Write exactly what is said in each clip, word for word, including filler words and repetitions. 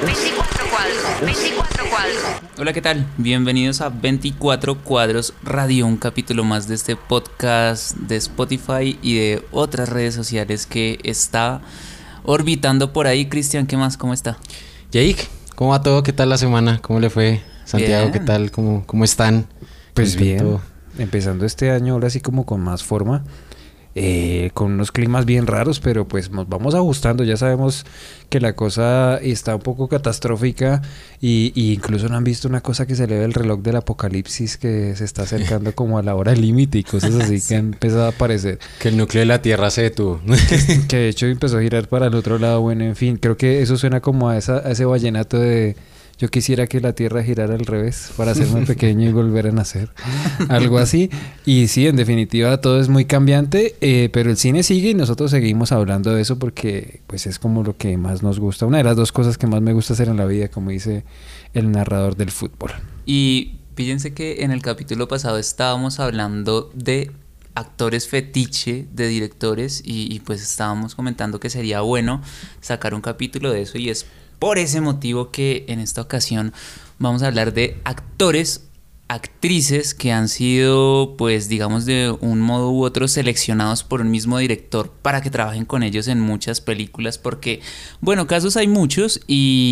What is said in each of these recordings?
veinticuatro cuadros, veinticuatro cuadros. Hola, ¿qué tal? Bienvenidos a veinticuatro Cuadros Radio, un capítulo más de este podcast de Spotify y de otras redes sociales que está orbitando por ahí. Cristian, ¿qué más? ¿Cómo está? Jake, ¿cómo va todo? ¿Qué tal la semana? ¿Cómo le fue? Santiago, Bien. ¿qué tal? ¿Cómo, cómo están? Pues ¿Cómo está bien, todo? empezando este año ahora sí como con más forma, eh, con unos climas bien raros, pero pues nos vamos ajustando. Ya sabemos que la cosa está un poco catastrófica y, y incluso no han visto una cosa que se le ve el reloj del apocalipsis que se está acercando como a la hora límite y cosas así que han empezado a aparecer. Que el núcleo de la Tierra se detuvo. Que de hecho empezó a girar para el otro lado. Bueno, en fin, creo que eso suena como a, esa, a ese vallenato de... Yo quisiera que la Tierra girara al revés para hacerme pequeño y volver a nacer. Algo así. Y sí, en definitiva, todo es muy cambiante, eh, pero el cine sigue y nosotros seguimos hablando de eso porque pues es como lo que más nos gusta. Una de las dos cosas que más me gusta hacer en la vida, como dice el narrador del fútbol. Y fíjense que en el capítulo pasado estábamos hablando de actores fetiche de directores y, y pues estábamos comentando que sería bueno sacar un capítulo de eso, y es por ese motivo que en esta ocasión vamos a hablar de actores, actrices que han sido, pues digamos de un modo u otro, seleccionados por un mismo director para que trabajen con ellos en muchas películas, porque bueno, casos hay muchos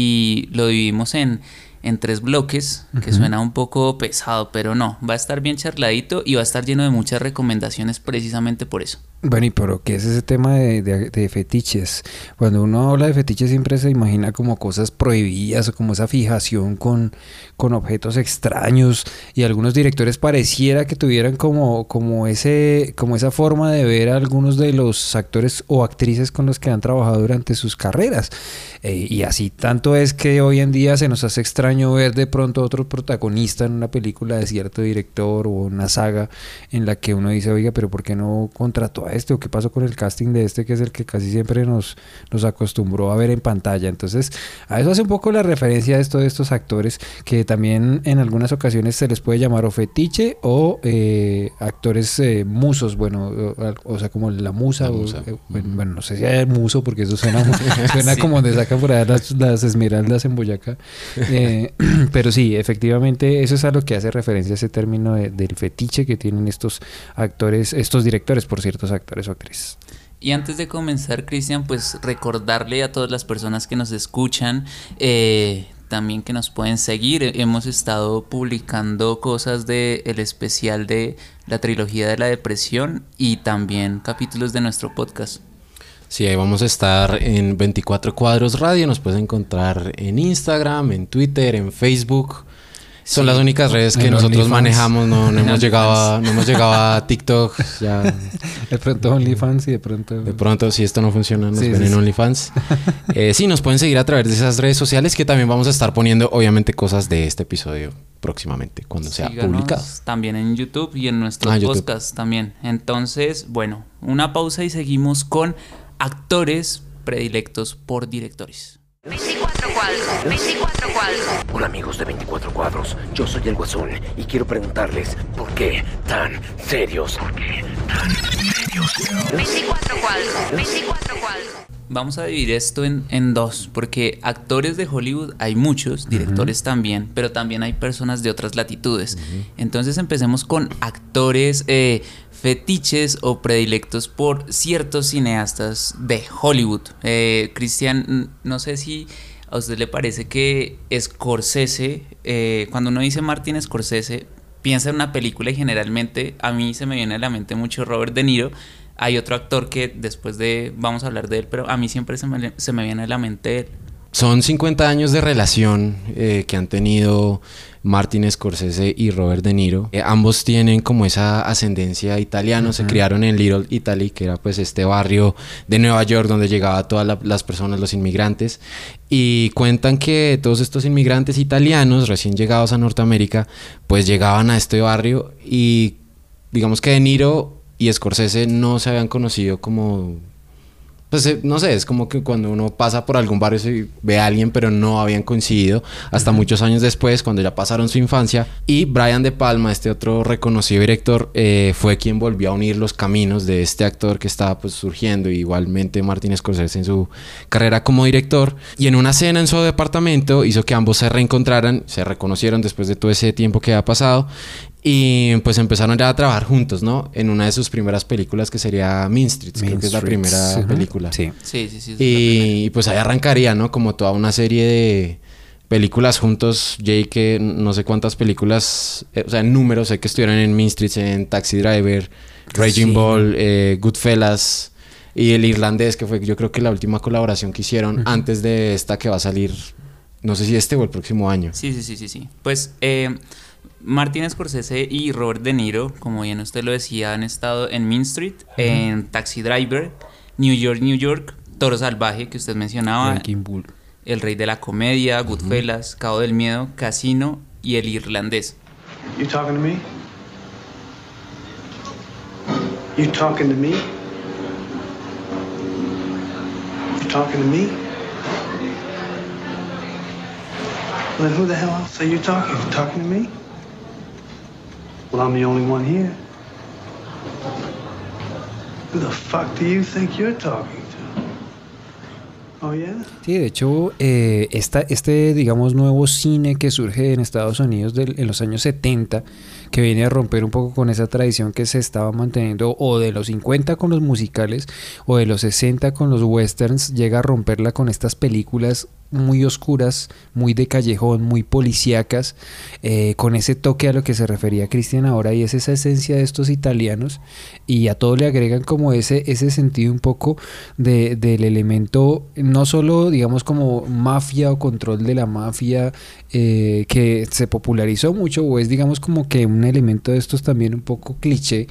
y lo dividimos en, en tres bloques, que Ujú. suena un poco pesado, pero no, va a estar bien charladito y va a estar lleno de muchas recomendaciones precisamente por eso. Bueno, y pero ¿qué es ese tema de, de, de fetiches? Cuando uno habla de fetiches siempre se imagina como cosas prohibidas o como esa fijación con, con objetos extraños, y algunos directores pareciera que tuvieran como, como, ese, como esa forma de ver a algunos de los actores o actrices con los que han trabajado durante sus carreras. Eh, y así tanto es que hoy en día se nos hace extraño ver de pronto otro protagonista en una película de cierto director o una saga en la que uno dice, oiga, pero ¿por qué no contrató a este? ¿O qué pasó con el casting de este, que es el que casi siempre nos, nos acostumbró a ver en pantalla? Entonces, a eso hace un poco la referencia de esto de estos actores, que también en algunas ocasiones se les puede llamar o fetiche o eh, actores eh, musos, bueno, o, o sea, como la musa, La o, musa. eh, bueno, bueno, no sé si hay muso, porque eso suena, suena Sí. como donde sacan por allá las, las esmeraldas en Boyacá. Eh, pero sí, efectivamente, eso es a lo que hace referencia ese término de, del fetiche que tienen estos actores, estos directores por ciertos actores o actrices. Y antes de comenzar, Cristian, pues recordarle a todas las personas que nos escuchan, eh, también que nos pueden seguir. Hemos estado publicando cosas del especial de la trilogía de la depresión y también capítulos de nuestro podcast. Sí, ahí vamos a estar en veinticuatro Cuadros Radio. Nos puedes encontrar en Instagram, en Twitter, en Facebook. Son Sí. las únicas redes que En nosotros OnlyFans. manejamos. No, no En hemos llegado a, OnlyFans. no hemos llegado a TikTok. Ya, De pronto OnlyFans y de pronto... de pronto, si esto no funciona, nos Sí, ven sí, en sí. OnlyFans. Eh, sí, nos pueden seguir a través de esas redes sociales, que también vamos a estar poniendo, obviamente, cosas de este episodio próximamente, cuando sea Síganos publicado. también en YouTube y en nuestro Ah, YouTube. podcast también. Entonces, bueno, una pausa y seguimos con actores predilectos por directores. veinticuatro cuadros, veinticuatro cuadros. Hola amigos de veinticuatro Cuadros, yo soy el Guasón y quiero preguntarles ¿por qué tan serios? ¿Por qué tan serios? veinticuatro cuadros, veinticuatro cuadros. Vamos a dividir esto en, en dos, porque actores de Hollywood hay muchos, directores también, pero también hay personas de otras latitudes. Entonces empecemos con actores eh, fetiches o predilectos por ciertos cineastas de Hollywood. Eh, Cristian, no sé si a usted le parece que Scorsese, eh, cuando uno dice Martin Scorsese, piensa en una película y generalmente a mí se me viene a la mente mucho Robert De Niro. Hay otro actor que después de, vamos a hablar de él, pero a mí siempre se me, se me viene a la mente él. Son cincuenta años de relación eh, que han tenido Martin Scorsese y Robert De Niro. Eh, ambos tienen como esa ascendencia italiana, uh-huh. Se criaron en Little Italy, que era pues este barrio de Nueva York donde llegaban todas la, las personas, los inmigrantes. Y cuentan que todos estos inmigrantes italianos recién llegados a Norteamérica, pues llegaban a este barrio y digamos que De Niro y Scorsese no se habían conocido como Pues eh, no sé, es como que cuando uno pasa por algún barrio se ve a alguien pero no habían coincidido hasta uh-huh. muchos años después, cuando ya pasaron su infancia. Y Brian De Palma, este otro reconocido director, eh, fue quien volvió a unir los caminos de este actor que estaba pues surgiendo, y igualmente Martin Scorsese en su carrera como director. Y en una cena en su departamento hizo que ambos se reencontraran, se reconocieron después de todo ese tiempo que había pasado. Y pues empezaron ya a trabajar juntos, ¿no? En una de sus primeras películas, que sería Mean Streets, Mean creo que es la Streets. primera Uh-huh. película. Sí, sí, sí, sí y, y pues ahí arrancaría, ¿no? Como toda una serie de películas juntos. Jake, no sé cuántas películas, eh, o sea, en números, sé que estuvieron en Mean Streets, en Taxi Driver, Raging Sí. Bull, eh, Goodfellas y El Irlandés, que fue yo creo que la última colaboración que hicieron uh-huh. antes de esta que va a salir, no sé si este o el próximo año. Sí, sí, sí, sí, sí. Pues eh, Martin Scorsese y Robert De Niro, como bien usted lo decía, han estado en Mean Street, uh-huh. en Taxi Driver, New York, New York, Toro Salvaje, que usted mencionaba, Raging Bull, El Rey de la Comedia, Goodfellas, uh-huh. Cabo del Miedo, Casino y El Irlandés. You talking to me? You talking to me? You talking to me? Well, then who the hell else are you talking to? Talking to me? Well, I'm the only one here. Who the fuck do you think you're talking to? Oh, yeah? Sí, de hecho, eh, esta, este, digamos, nuevo cine que surge en Estados Unidos del, en los años setenta, que viene a romper un poco con esa tradición que se estaba manteniendo o de los cincuenta con los musicales o de los sesenta con los westerns, llega a romperla con estas películas muy oscuras, muy de callejón, muy policíacas, eh, con ese toque a lo que se refería Cristian ahora, y es esa esencia de estos italianos, y a todo le agregan como ese, ese sentido un poco de, del elemento, no solo digamos como mafia o control de la mafia, eh, que se popularizó mucho, o es digamos como que un elemento de estos también un poco cliché,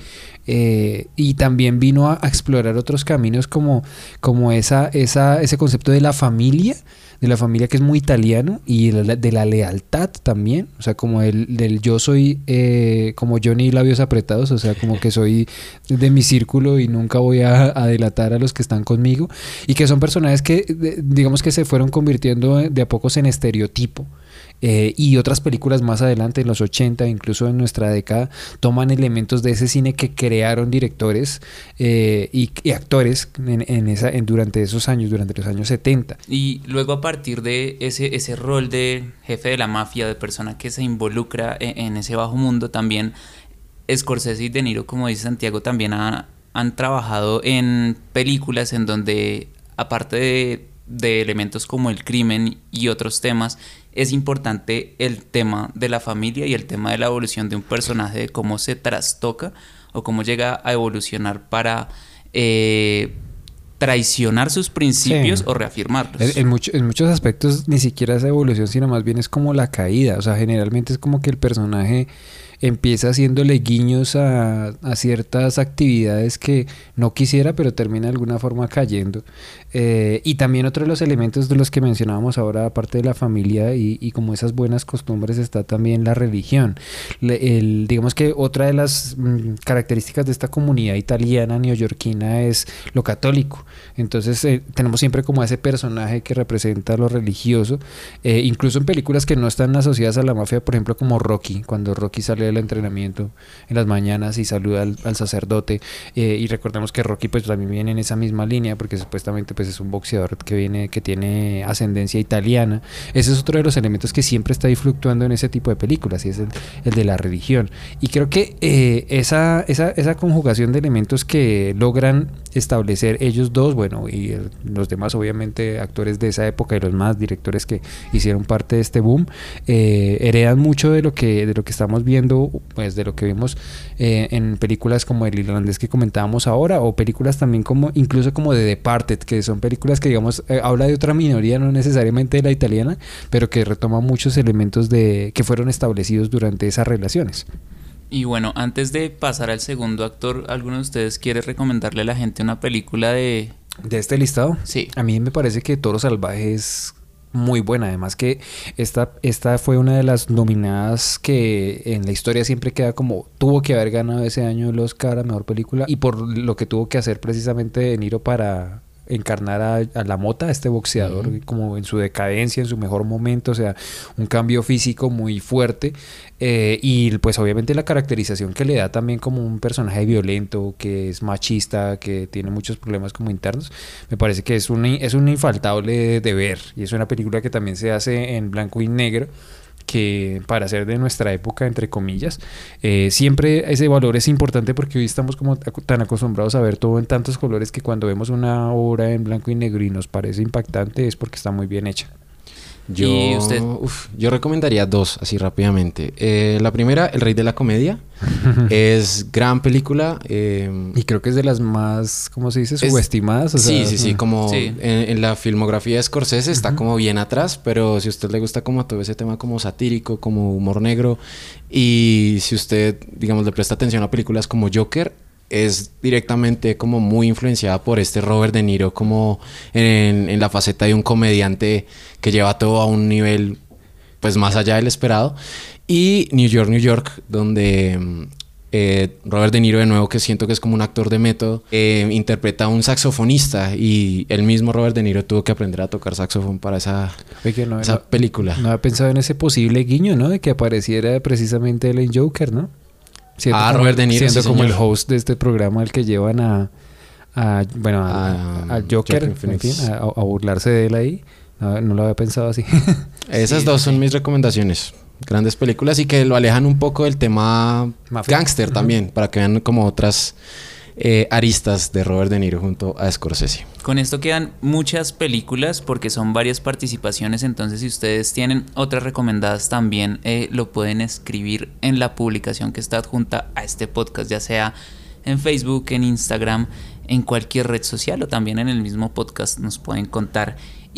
eh, y también vino a, a explorar otros caminos como, como esa, esa, ese concepto de la familia, de la familia que es muy italiano, y de la, de la lealtad también, o sea, como el del yo soy eh, como Johnny Labios Apretados, o sea, como que soy de mi círculo y nunca voy a, a delatar a los que están conmigo, y que son personajes que de, digamos que se fueron convirtiendo de a pocos en estereotipo. Eh, y otras películas más adelante, en los ochenta, incluso en nuestra década, toman elementos de ese cine que crearon directores eh, y, y actores en, en esa, en, durante esos años, durante los años setenta. Y luego, a partir de ese, ese rol de jefe de la mafia, de persona que se involucra en, en ese bajo mundo, también Scorsese y De Niro, como dice Santiago, también ha, han trabajado en películas en donde, aparte de, de elementos como el crimen y otros temas, es importante el tema de la familia y el tema de la evolución de un personaje, de cómo se trastoca o cómo llega a evolucionar para eh, traicionar sus principios, sí, o reafirmarlos. En, en, mucho, en muchos aspectos ni siquiera esa evolución, sino más bien es como la caída. O sea, generalmente es como que el personaje empieza haciéndole guiños a, a ciertas actividades que no quisiera, pero termina de alguna forma cayendo. Eh, y también otro de los elementos de los que mencionábamos ahora, aparte de la familia y, y como esas buenas costumbres, está también la religión. Le, el, digamos que otra de las mm, características de esta comunidad italiana neoyorquina es lo católico. Entonces eh, tenemos siempre como a ese personaje que representa lo religioso, eh, incluso en películas que no están asociadas a la mafia, por ejemplo como Rocky, cuando Rocky sale del entrenamiento en las mañanas y saluda al, al sacerdote, eh, y recordemos que Rocky pues también viene en esa misma línea porque supuestamente pues es un boxeador que viene que tiene ascendencia italiana. Ese es otro de los elementos que siempre está ahí fluctuando en ese tipo de películas, y es el, el de la religión. Y creo que eh, esa, esa, esa conjugación de elementos que logran establecer ellos dos, bueno, y el, los demás obviamente actores de esa época y los más directores que hicieron parte de este boom, eh, heredan mucho de lo que de lo que estamos viendo, pues de lo que vimos eh, en películas como El Irlandés que comentábamos ahora, o películas también como incluso como The Departed, que son películas que digamos eh, habla de otra minoría, no necesariamente de la italiana, pero que retoma muchos elementos de que fueron establecidos durante esas relaciones. Y bueno, antes de pasar al segundo actor, ¿alguno de ustedes quiere recomendarle a la gente una película de... de este listado? Sí. A mí me parece que Toro Salvaje es muy buena, además que esta, esta fue una de las nominadas que en la historia siempre queda como tuvo que haber ganado ese año el Oscar a Mejor Película, y por lo que tuvo que hacer precisamente De Niro para encarnar a, a La Mota, a este boxeador, uh-huh. como en su decadencia, en su mejor momento, o sea, un cambio físico muy fuerte, eh, y pues obviamente la caracterización que le da también como un personaje violento, que es machista, que tiene muchos problemas como internos, me parece que es un, es un infaltable de ver, y es una película que también se hace en blanco y negro, que para ser de nuestra época, entre comillas, eh, siempre ese valor es importante porque hoy estamos como tan acostumbrados a ver todo en tantos colores que cuando vemos una obra en blanco y negro y nos parece impactante es porque está muy bien hecha. Yo, ¿Y usted? Uf, yo recomendaría dos, así rápidamente. Eh, la primera, El Rey de la Comedia. Es gran película. Eh, y creo que es de las más, ¿cómo se dice? Subestimadas. O sí, sea, sí, sí. Como sí. En, en la filmografía de Scorsese está uh-huh. como bien atrás, pero si a usted le gusta como todo ese tema como satírico, como humor negro, y si usted, digamos, le presta atención a películas como Joker, es directamente como muy influenciada por este Robert De Niro como en, en la faceta de un comediante que lleva todo a un nivel pues más allá del esperado. Y New York, New York, donde eh, Robert De Niro, de nuevo, que siento que es como un actor de método, eh, interpreta a un saxofonista y el mismo Robert De Niro tuvo que aprender a tocar saxofón para esa, Oye, no, esa no, película. No había pensado en ese posible guiño, ¿no? De que apareciera precisamente él en Joker, ¿no? Siendo ah, como, Robert De Niro, siendo sí, como señor. el host de este programa al que llevan a, a bueno, a, Ah, a Joker, Joaquin en fin, Phoenix. a, a burlarse de él ahí. No, no lo había pensado así. Esas Sí, dos sí. son mis recomendaciones. Grandes películas y que lo alejan un poco del tema Mafia. gángster también, para que vean como otras eh, aristas de Robert De Niro junto a Scorsese. Con esto quedan muchas películas porque son varias participaciones, entonces si ustedes tienen otras recomendadas también eh, lo pueden escribir en la publicación que está adjunta a este podcast, ya sea en Facebook, en Instagram, en cualquier red social o también en el mismo podcast nos pueden contar.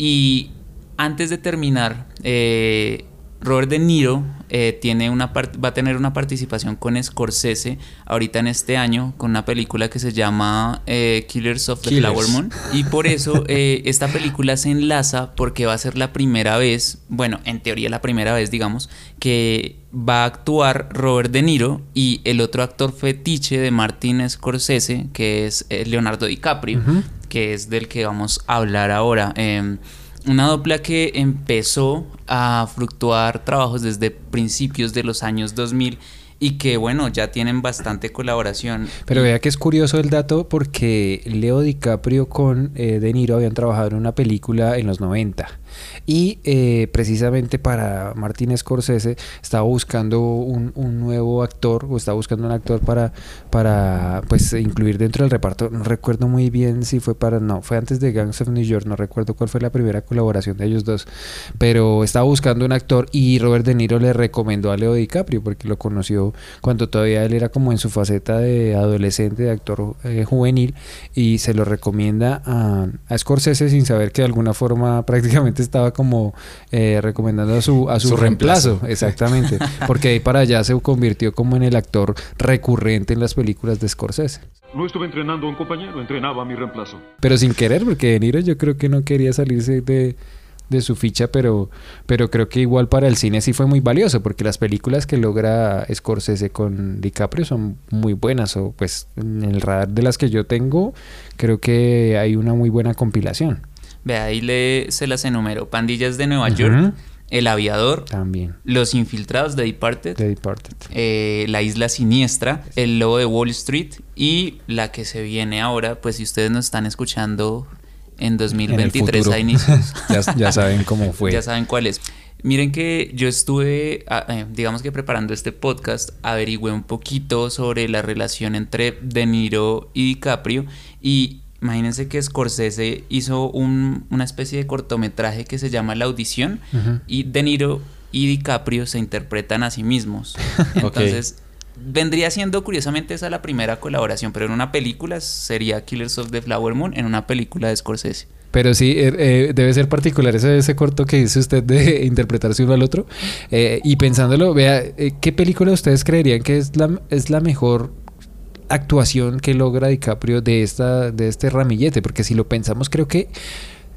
Y antes de terminar, eh, Robert De Niro eh, tiene una part- va a tener una participación con Scorsese ahorita en este año con una película que se llama eh, Killers of the Killers. Flower Moon, y por eso eh, esta película se enlaza porque va a ser la primera vez, bueno, en teoría la primera vez, digamos, que va a actuar Robert De Niro y el otro actor fetiche de Martin Scorsese, que es eh, Leonardo DiCaprio, uh-huh. que es del que vamos a hablar ahora. Eh, Una dupla que empezó a fluctuar trabajos desde principios de los años dos mil y que, bueno, ya tienen bastante colaboración. Pero vea que es curioso el dato porque Leo DiCaprio con eh, De Niro habían trabajado en una película en los noventa. Y eh, precisamente para Martin Scorsese estaba buscando un, un nuevo actor, o estaba buscando un actor para, para pues incluir dentro del reparto. No recuerdo muy bien si fue para, no, fue antes de Gangs of New York, no recuerdo cuál fue la primera colaboración de ellos dos, pero estaba buscando un actor y Robert De Niro le recomendó a Leo DiCaprio porque lo conoció cuando todavía él era como en su faceta de adolescente, de actor eh, juvenil, y se lo recomienda a, a Scorsese sin saber que de alguna forma prácticamente estaba como eh, recomendando a su, a su, Su reemplazo, reemplazo. exactamente, porque de ahí para allá se convirtió como en el actor recurrente en las películas de Scorsese. No estuve entrenando a un compañero, entrenaba a mi reemplazo. Pero sin querer, porque De Niro yo creo que no quería salirse de, de su ficha, pero, pero creo que igual para el cine sí fue muy valioso, porque las películas que logra Scorsese con DiCaprio son muy buenas, o pues en el radar de las que yo tengo, creo que hay una muy buena compilación. Vea, ahí le, se las enumero. Pandillas de Nueva Uh-huh. York, El Aviador, También. Los Infiltrados de Departed, The Departed. eh, La Isla Siniestra, El Lobo de Wall Street y la que se viene ahora, pues si ustedes nos están escuchando en dos mil veintitrés a inicios, ya, ya saben cómo fue. ya saben cuál es. Miren que yo estuve, eh, digamos que preparando este podcast, averigüé un poquito sobre la relación entre De Niro y DiCaprio y imagínense que Scorsese hizo un, una especie de cortometraje que se llama La Audición, uh-huh. y De Niro y DiCaprio se interpretan a sí mismos. Entonces, okay. vendría siendo curiosamente esa la primera colaboración, pero en una película sería Killers of the Flower Moon, en una película de Scorsese. Pero sí, eh, eh, debe ser particular ese, ese corto que dice usted de interpretarse uno al otro. Eh, y pensándolo, vea, eh, ¿qué película ustedes creerían que es la, es la mejor actuación que logra DiCaprio de esta de este ramillete? Porque si lo pensamos, creo que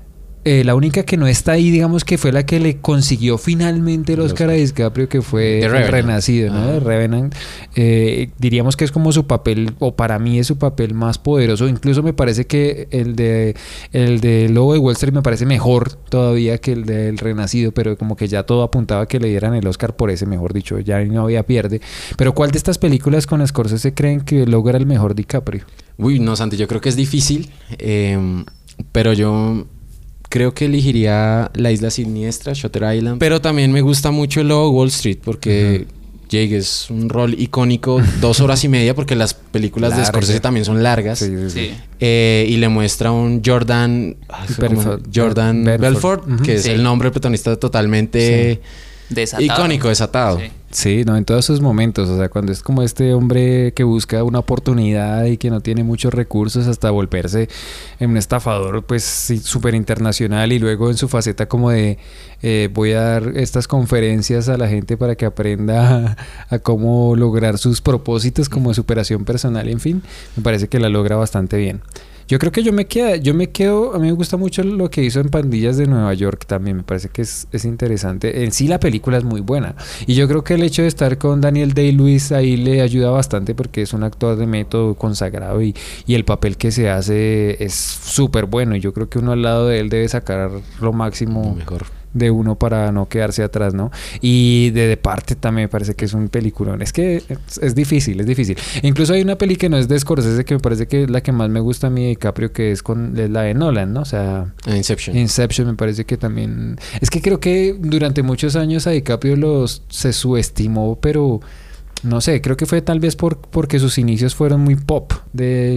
eh, la única que no está ahí, digamos que fue la que le consiguió finalmente el Oscar a DiCaprio, que fue The El Revenant. Renacido, ¿no? Ajá. The Revenant. Eh, diríamos que es como su papel, o para mí es su papel más poderoso. Incluso me parece que el de el de Lobo de Wall Street me parece mejor todavía que el del Renacido, pero como que ya todo apuntaba a que le dieran el Oscar por ese, mejor dicho, ya no había pierde. Pero ¿cuál de estas películas con Scorsese creen que logra el mejor DiCaprio? Uy, no, Santi, yo creo que es difícil, eh, pero yo creo que elegiría La Isla Siniestra, Shutter Island. Pero también me gusta mucho el Lobo de Wall Street porque uh-huh. Jake es un rol icónico, dos horas y media, porque las películas Larga. de Scorsese también son largas. Sí, sí, sí. Sí. Eh, y le muestra un Jordan Belfort. Jordan Belfort, Belfort, uh-huh. que es Sí. el nombre del protagonista totalmente Sí. Desatado. icónico, desatado. Sí. Sí, no, en todos esos momentos, o sea, cuando es como este hombre que busca una oportunidad y que no tiene muchos recursos hasta volverse en un estafador, pues sí, súper internacional, y luego en su faceta como de eh, voy a dar estas conferencias a la gente para que aprenda a, a cómo lograr sus propósitos como de superación personal, en fin, me parece que la logra bastante bien. Yo creo que yo me quedo, yo me quedo, a mí me gusta mucho lo que hizo en Pandillas de Nueva York también, me parece que es, es interesante. En sí la película es muy buena y yo creo que el hecho de estar con Daniel Day-Lewis ahí le ayuda bastante porque es un actor de método consagrado y, y el papel que se hace es súper bueno y yo creo que uno al lado de él debe sacar lo máximo Lo mejor de uno para no quedarse atrás, ¿no? Y de De Parte también me parece que es un peliculón. Es que es, es difícil, es difícil. Incluso hay una peli que no es de Scorsese que me parece que es la que más me gusta a mí de DiCaprio, que es con es la de Nolan, ¿no? O sea, Inception. Inception me parece que también... Es que creo que durante muchos años a DiCaprio los se subestimó, pero... No sé, creo que fue tal vez por, porque sus inicios fueron muy pop, de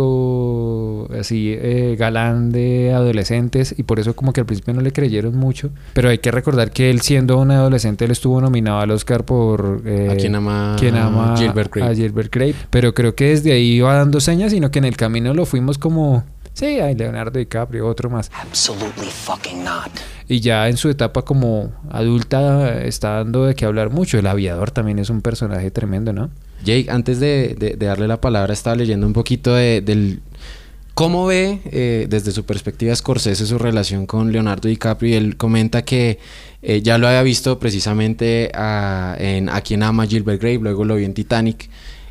chico así eh, galán de adolescentes, y por eso como que al principio no le creyeron mucho. Pero hay que recordar que él siendo un adolescente, él estuvo nominado al Oscar por... Eh, ¿A quién ama, ¿Quién ama Gilbert Grape? A Gilbert Grape. Pero creo que desde ahí iba dando señas, sino que en el camino lo fuimos como... Sí, hay Leonardo DiCaprio, otro más. Absolutely fucking not. Y ya en su etapa como adulta está dando de qué hablar mucho. El Aviador también es un personaje tremendo, ¿no? Jake, antes de, de, de darle la palabra, estaba leyendo un poquito de, del... ¿Cómo ve eh, desde su perspectiva Scorsese su relación con Leonardo DiCaprio? Y él comenta que eh, ya lo había visto precisamente a, en A Quien Ama Gilbert Grape, luego lo vio en Titanic.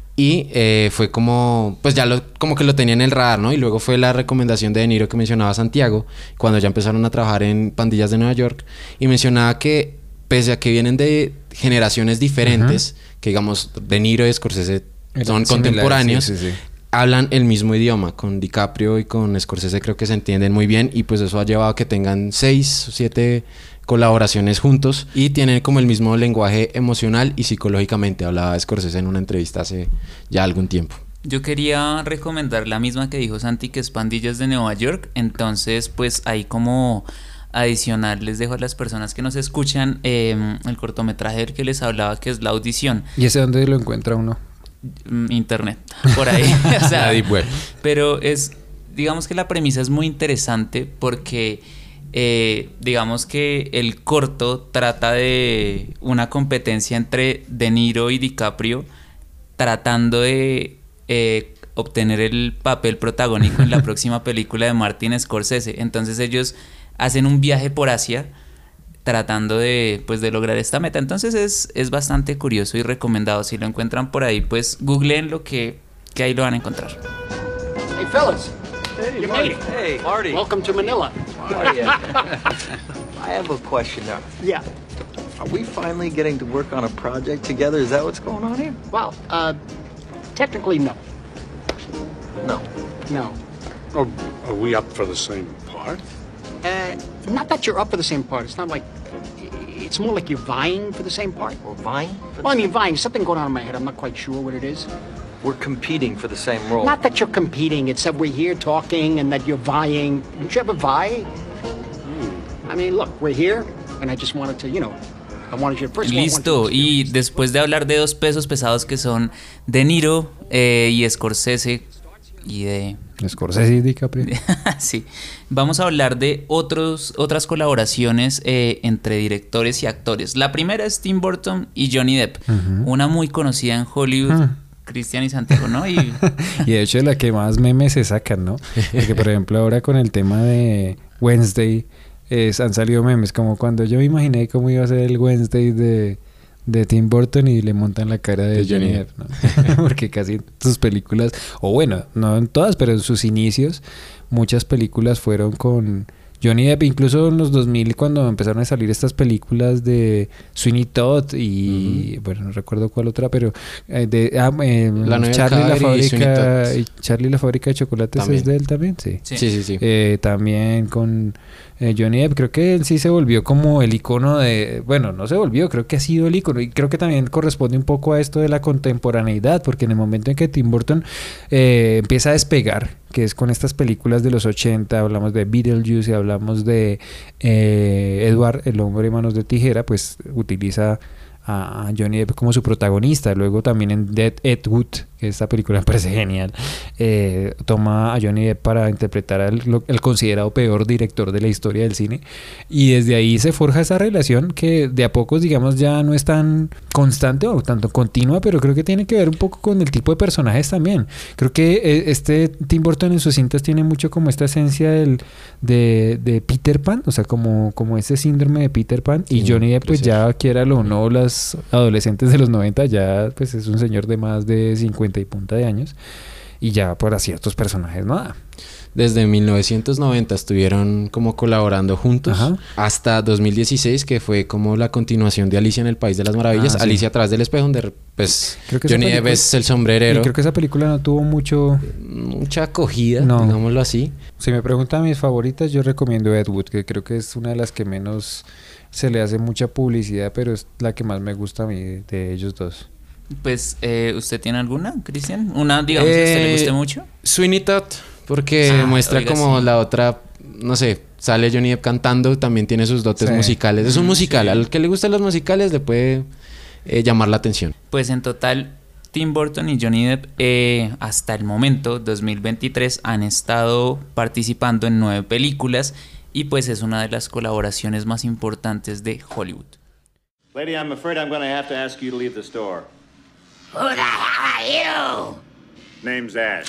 Y eh, fue como, pues ya lo, como que lo tenía en el radar, ¿no? Y luego fue la recomendación de De Niro que mencionaba Santiago, cuando ya empezaron a trabajar en Pandillas de Nueva York, y mencionaba que pese a que vienen de generaciones diferentes, uh-huh. que digamos De Niro y Scorsese son contemporáneos, sí, sí, sí. hablan el mismo idioma. Con DiCaprio y con Scorsese creo que se entienden muy bien, y pues eso ha llevado a que tengan seis o siete colaboraciones juntos y tienen como el mismo lenguaje emocional y psicológicamente. Hablaba Scorsese en una entrevista hace ya algún tiempo. Yo quería recomendar la misma que dijo Santi, que es Pandillas de Nueva York. Entonces pues ahí como adicional les dejo a las personas que nos escuchan eh, el cortometraje del que les hablaba, que es La Audición. ¿Y ese dónde lo encuentra uno? Internet, por ahí. O sea, la deep web. Pero es, digamos que la premisa es muy interesante porque Eh, digamos que el corto trata de una competencia entre De Niro y DiCaprio tratando de eh, obtener el papel protagónico en la próxima película de Martin Scorsese. Entonces ellos hacen un viaje por Asia tratando de, pues, de lograr esta meta. Entonces es, es bastante curioso y recomendado. Si lo encuentran por ahí, pues googleen lo que, que ahí lo van a encontrar. Hey fellas. Hey, you Marty. made it. Hey, Marty. Welcome to Manila. Marty, I have a question now. Yeah. Are we finally getting to work on a project together? Is that what's going on here? Well, uh, technically, no. No. No. Are, are we up for the same part? Uh, not that you're up for the same part. It's not like... It's more like you're vying for the same part. We're vying? Well, I mean, vying. Something going on in my head. I'm not quite sure what it is. We're competing for the same role. Not that you're competing. It's that we're here talking and that you're vying. Don't you ever vie? Hmm. I mean, look, we're here, and I just wanted to, you know, I wanted you to first. Listo, y después de hablar de dos pesos pesados que son De Niro eh, y Scorsese y de... Scorsese y DiCaprio. Sí, vamos a hablar de otros, otras colaboraciones eh, entre directores y actores. La primera es Tim Burton y Johnny Depp, uh-huh. una muy conocida en Hollywood. Uh-huh. Cristian y Santiago, ¿no? Y... y de hecho es la que más memes se sacan, ¿no? Porque por ejemplo ahora con el tema de Wednesday, es, han salido memes, como cuando yo me imaginé cómo iba a ser el Wednesday de, de Tim Burton y le montan la cara de, de Johnny Depp, ¿no? Porque casi en sus películas, o bueno, no en todas, pero en sus inicios, muchas películas fueron con Johnny Depp, incluso en los dos mil cuando empezaron a salir estas películas de Sweeney Todd y uh-huh. bueno, no recuerdo cuál otra, pero eh, de ah, eh, la Charlie la fábrica y, y Charlie la fábrica de chocolates también. ¿Es de él también? Sí, sí, sí, sí, sí. Eh, también con eh, Johnny Depp, creo que él sí se volvió como el icono de, bueno, no se volvió, creo que ha sido el icono y creo que también corresponde un poco a esto de la contemporaneidad, porque en el momento en que Tim Burton eh, empieza a despegar, que es con estas películas de los ochenta, hablamos de Beetlejuice y hablamos de eh, Edward, el hombre de manos de tijera, pues utiliza a Johnny Depp como su protagonista. Luego también en Dead Ed Wood, que esta película me parece genial, eh, toma a Johnny Depp para interpretar al el considerado peor director de la historia del cine, y desde ahí se forja esa relación que de a pocos, digamos, ya no es tan constante o tanto continua, pero creo que tiene que ver un poco con el tipo de personajes también. Creo que eh, este Tim Burton en sus cintas tiene mucho como esta esencia del, de, de Peter Pan, o sea, como, como ese síndrome de Peter Pan, sí, y Johnny Depp pues ya quiera o no, las adolescentes de los noventa ya pues es un señor de más de cincuenta y punta de años, y ya para ciertos personajes nada. Desde mil novecientos noventa estuvieron como colaborando juntos. Ajá. Hasta dos mil dieciséis, que fue como la continuación de Alicia en el País de las Maravillas, ah, sí. Alicia a través del espejo, donde pues Johnny Depp es el sombrerero. Y creo que esa película no tuvo mucho mucha acogida, no. digámoslo así. Si me preguntan mis favoritas, yo recomiendo Ed Wood, que creo que es una de las que menos se le hace mucha publicidad, pero es la que más me gusta a mí de, de ellos dos. Pues, eh, ¿usted tiene alguna, Cristian? Una, digamos, eh, que a usted le guste mucho. Sweeney Todd, porque ah, muestra oiga, como sí. la otra, no sé, sale Johnny Depp cantando, también tiene sus dotes sí. musicales. Es un musical, sí. al que le gustan los musicales le puede eh, llamar la atención. Pues en total, Tim Burton y Johnny Depp eh, hasta el momento, dos mil veintitrés, han estado participando en nueve películas, y pues es una de las colaboraciones más importantes de Hollywood. Lady, I'm afraid I'm going to have to ask you to leave the store. Who the hell are you? Name's Ash.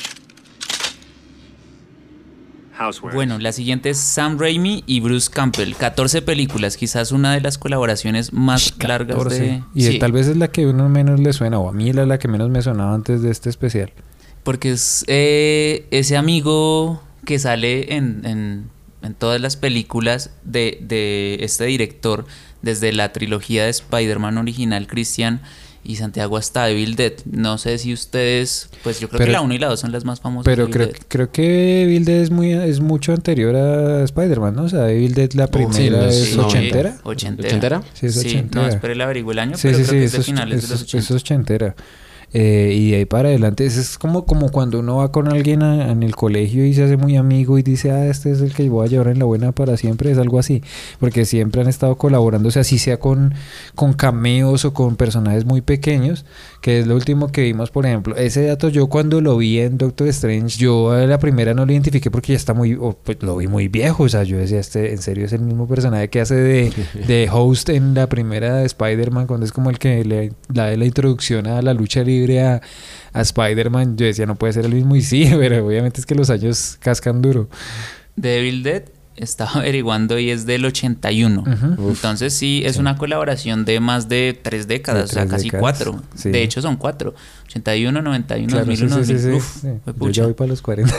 Housewares. Bueno, la siguiente es Sam Raimi y Bruce Campbell. catorce películas, quizás una de las colaboraciones más catorce largas de... Y sí. tal vez es la que uno menos le suena, o a mí es la que menos me sonaba antes de este especial. Porque es eh, ese amigo que sale en, en, en todas las películas de, de este director, desde la trilogía de Spider-Man original, Christian, y Santiago hasta Evil Dead. No sé si ustedes, pues yo creo pero, que la uno y la dos son las más famosas. Pero creo, creo que Evil Dead es muy es mucho anterior a Spider-Man, ¿no? O sea, Evil Dead la primera oh, sí, es sí, ochentera. ochentera. ¿Ochentera? Sí, es ochentera. Sí, no, espere, le averiguo el año, sí, pero sí, creo sí, que es de es, finales es, de los ochenta. Es ochentera. Eh, y de ahí para adelante es como, como cuando uno va con alguien a, en el colegio y se hace muy amigo y dice, ah, este es el que voy a llevar en la buena para siempre, es algo así, porque siempre han estado colaborando, o sea, así sea con, con cameos o con personajes muy pequeños, que es lo último que vimos, por ejemplo. Ese dato yo cuando lo vi en Doctor Strange, yo a la primera no lo identifiqué porque ya está muy, o, pues lo vi muy viejo, o sea, yo decía, este en serio es el mismo personaje que hace de, de Host en la primera de Spider-Man, cuando es como el que le da la introducción a la lucha libre a, a Spider-Man. Yo decía, no puede ser el mismo, y sí, pero obviamente es que los años cascan duro. The Evil Dead estaba averiguando y es del ochenta y uno. Uh-huh. Entonces sí, es sí. una colaboración de más de tres décadas, de tres o sea, casi décadas. cuatro. Sí. De hecho son cuatro. ochenta y uno, noventa y uno, claro, dos mil uno, sí, sí, dos mil. Sí, Uf, sí. Yo ya voy para los cuarenta.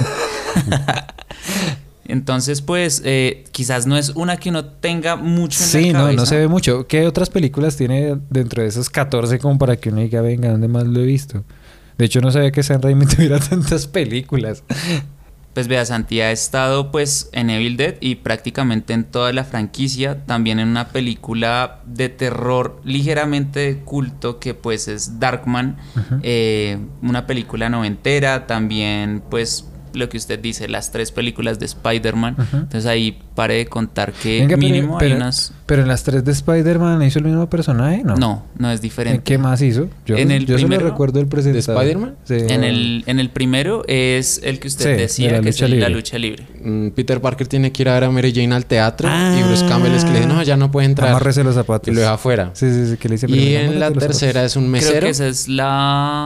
Entonces, pues, eh, quizás no es una que uno tenga mucho en sí, la cabeza. Sí, no, no se ve mucho. ¿Qué otras películas tiene dentro de esos catorce como para que uno diga, venga, ¿dónde más lo he visto? De hecho, no sabía que Sam Raimi tuviera tantas películas. Pues vea, Santi ha estado pues en Evil Dead y prácticamente en toda la franquicia, también en una película de terror ligeramente de culto que pues es Darkman, uh-huh. eh, una película noventera, también pues lo que usted dice, las tres películas de Spider-Man. Uh-huh. Entonces ahí pare de contar que Venga, mínimo pero, hay pero, unas... Pero en las tres de Spider-Man hizo el mismo personaje, ¿no? No, no es diferente. ¿Qué más hizo? Yo, en el yo primero, solo recuerdo el presentador. ¿De Spider-Man? Sí. En el, en el primero es el que usted sí, decía, la que es el, libre. la lucha libre. Mm, Peter Parker tiene que ir a ver a Mary Jane al teatro ah, y Bruce Campbell es que le dice, no, ya no puede entrar. Amárrese los zapatos. Y lo deja afuera. Sí, sí, sí. Que le dice, y en la tercera es un mesero. Creo que esa es la...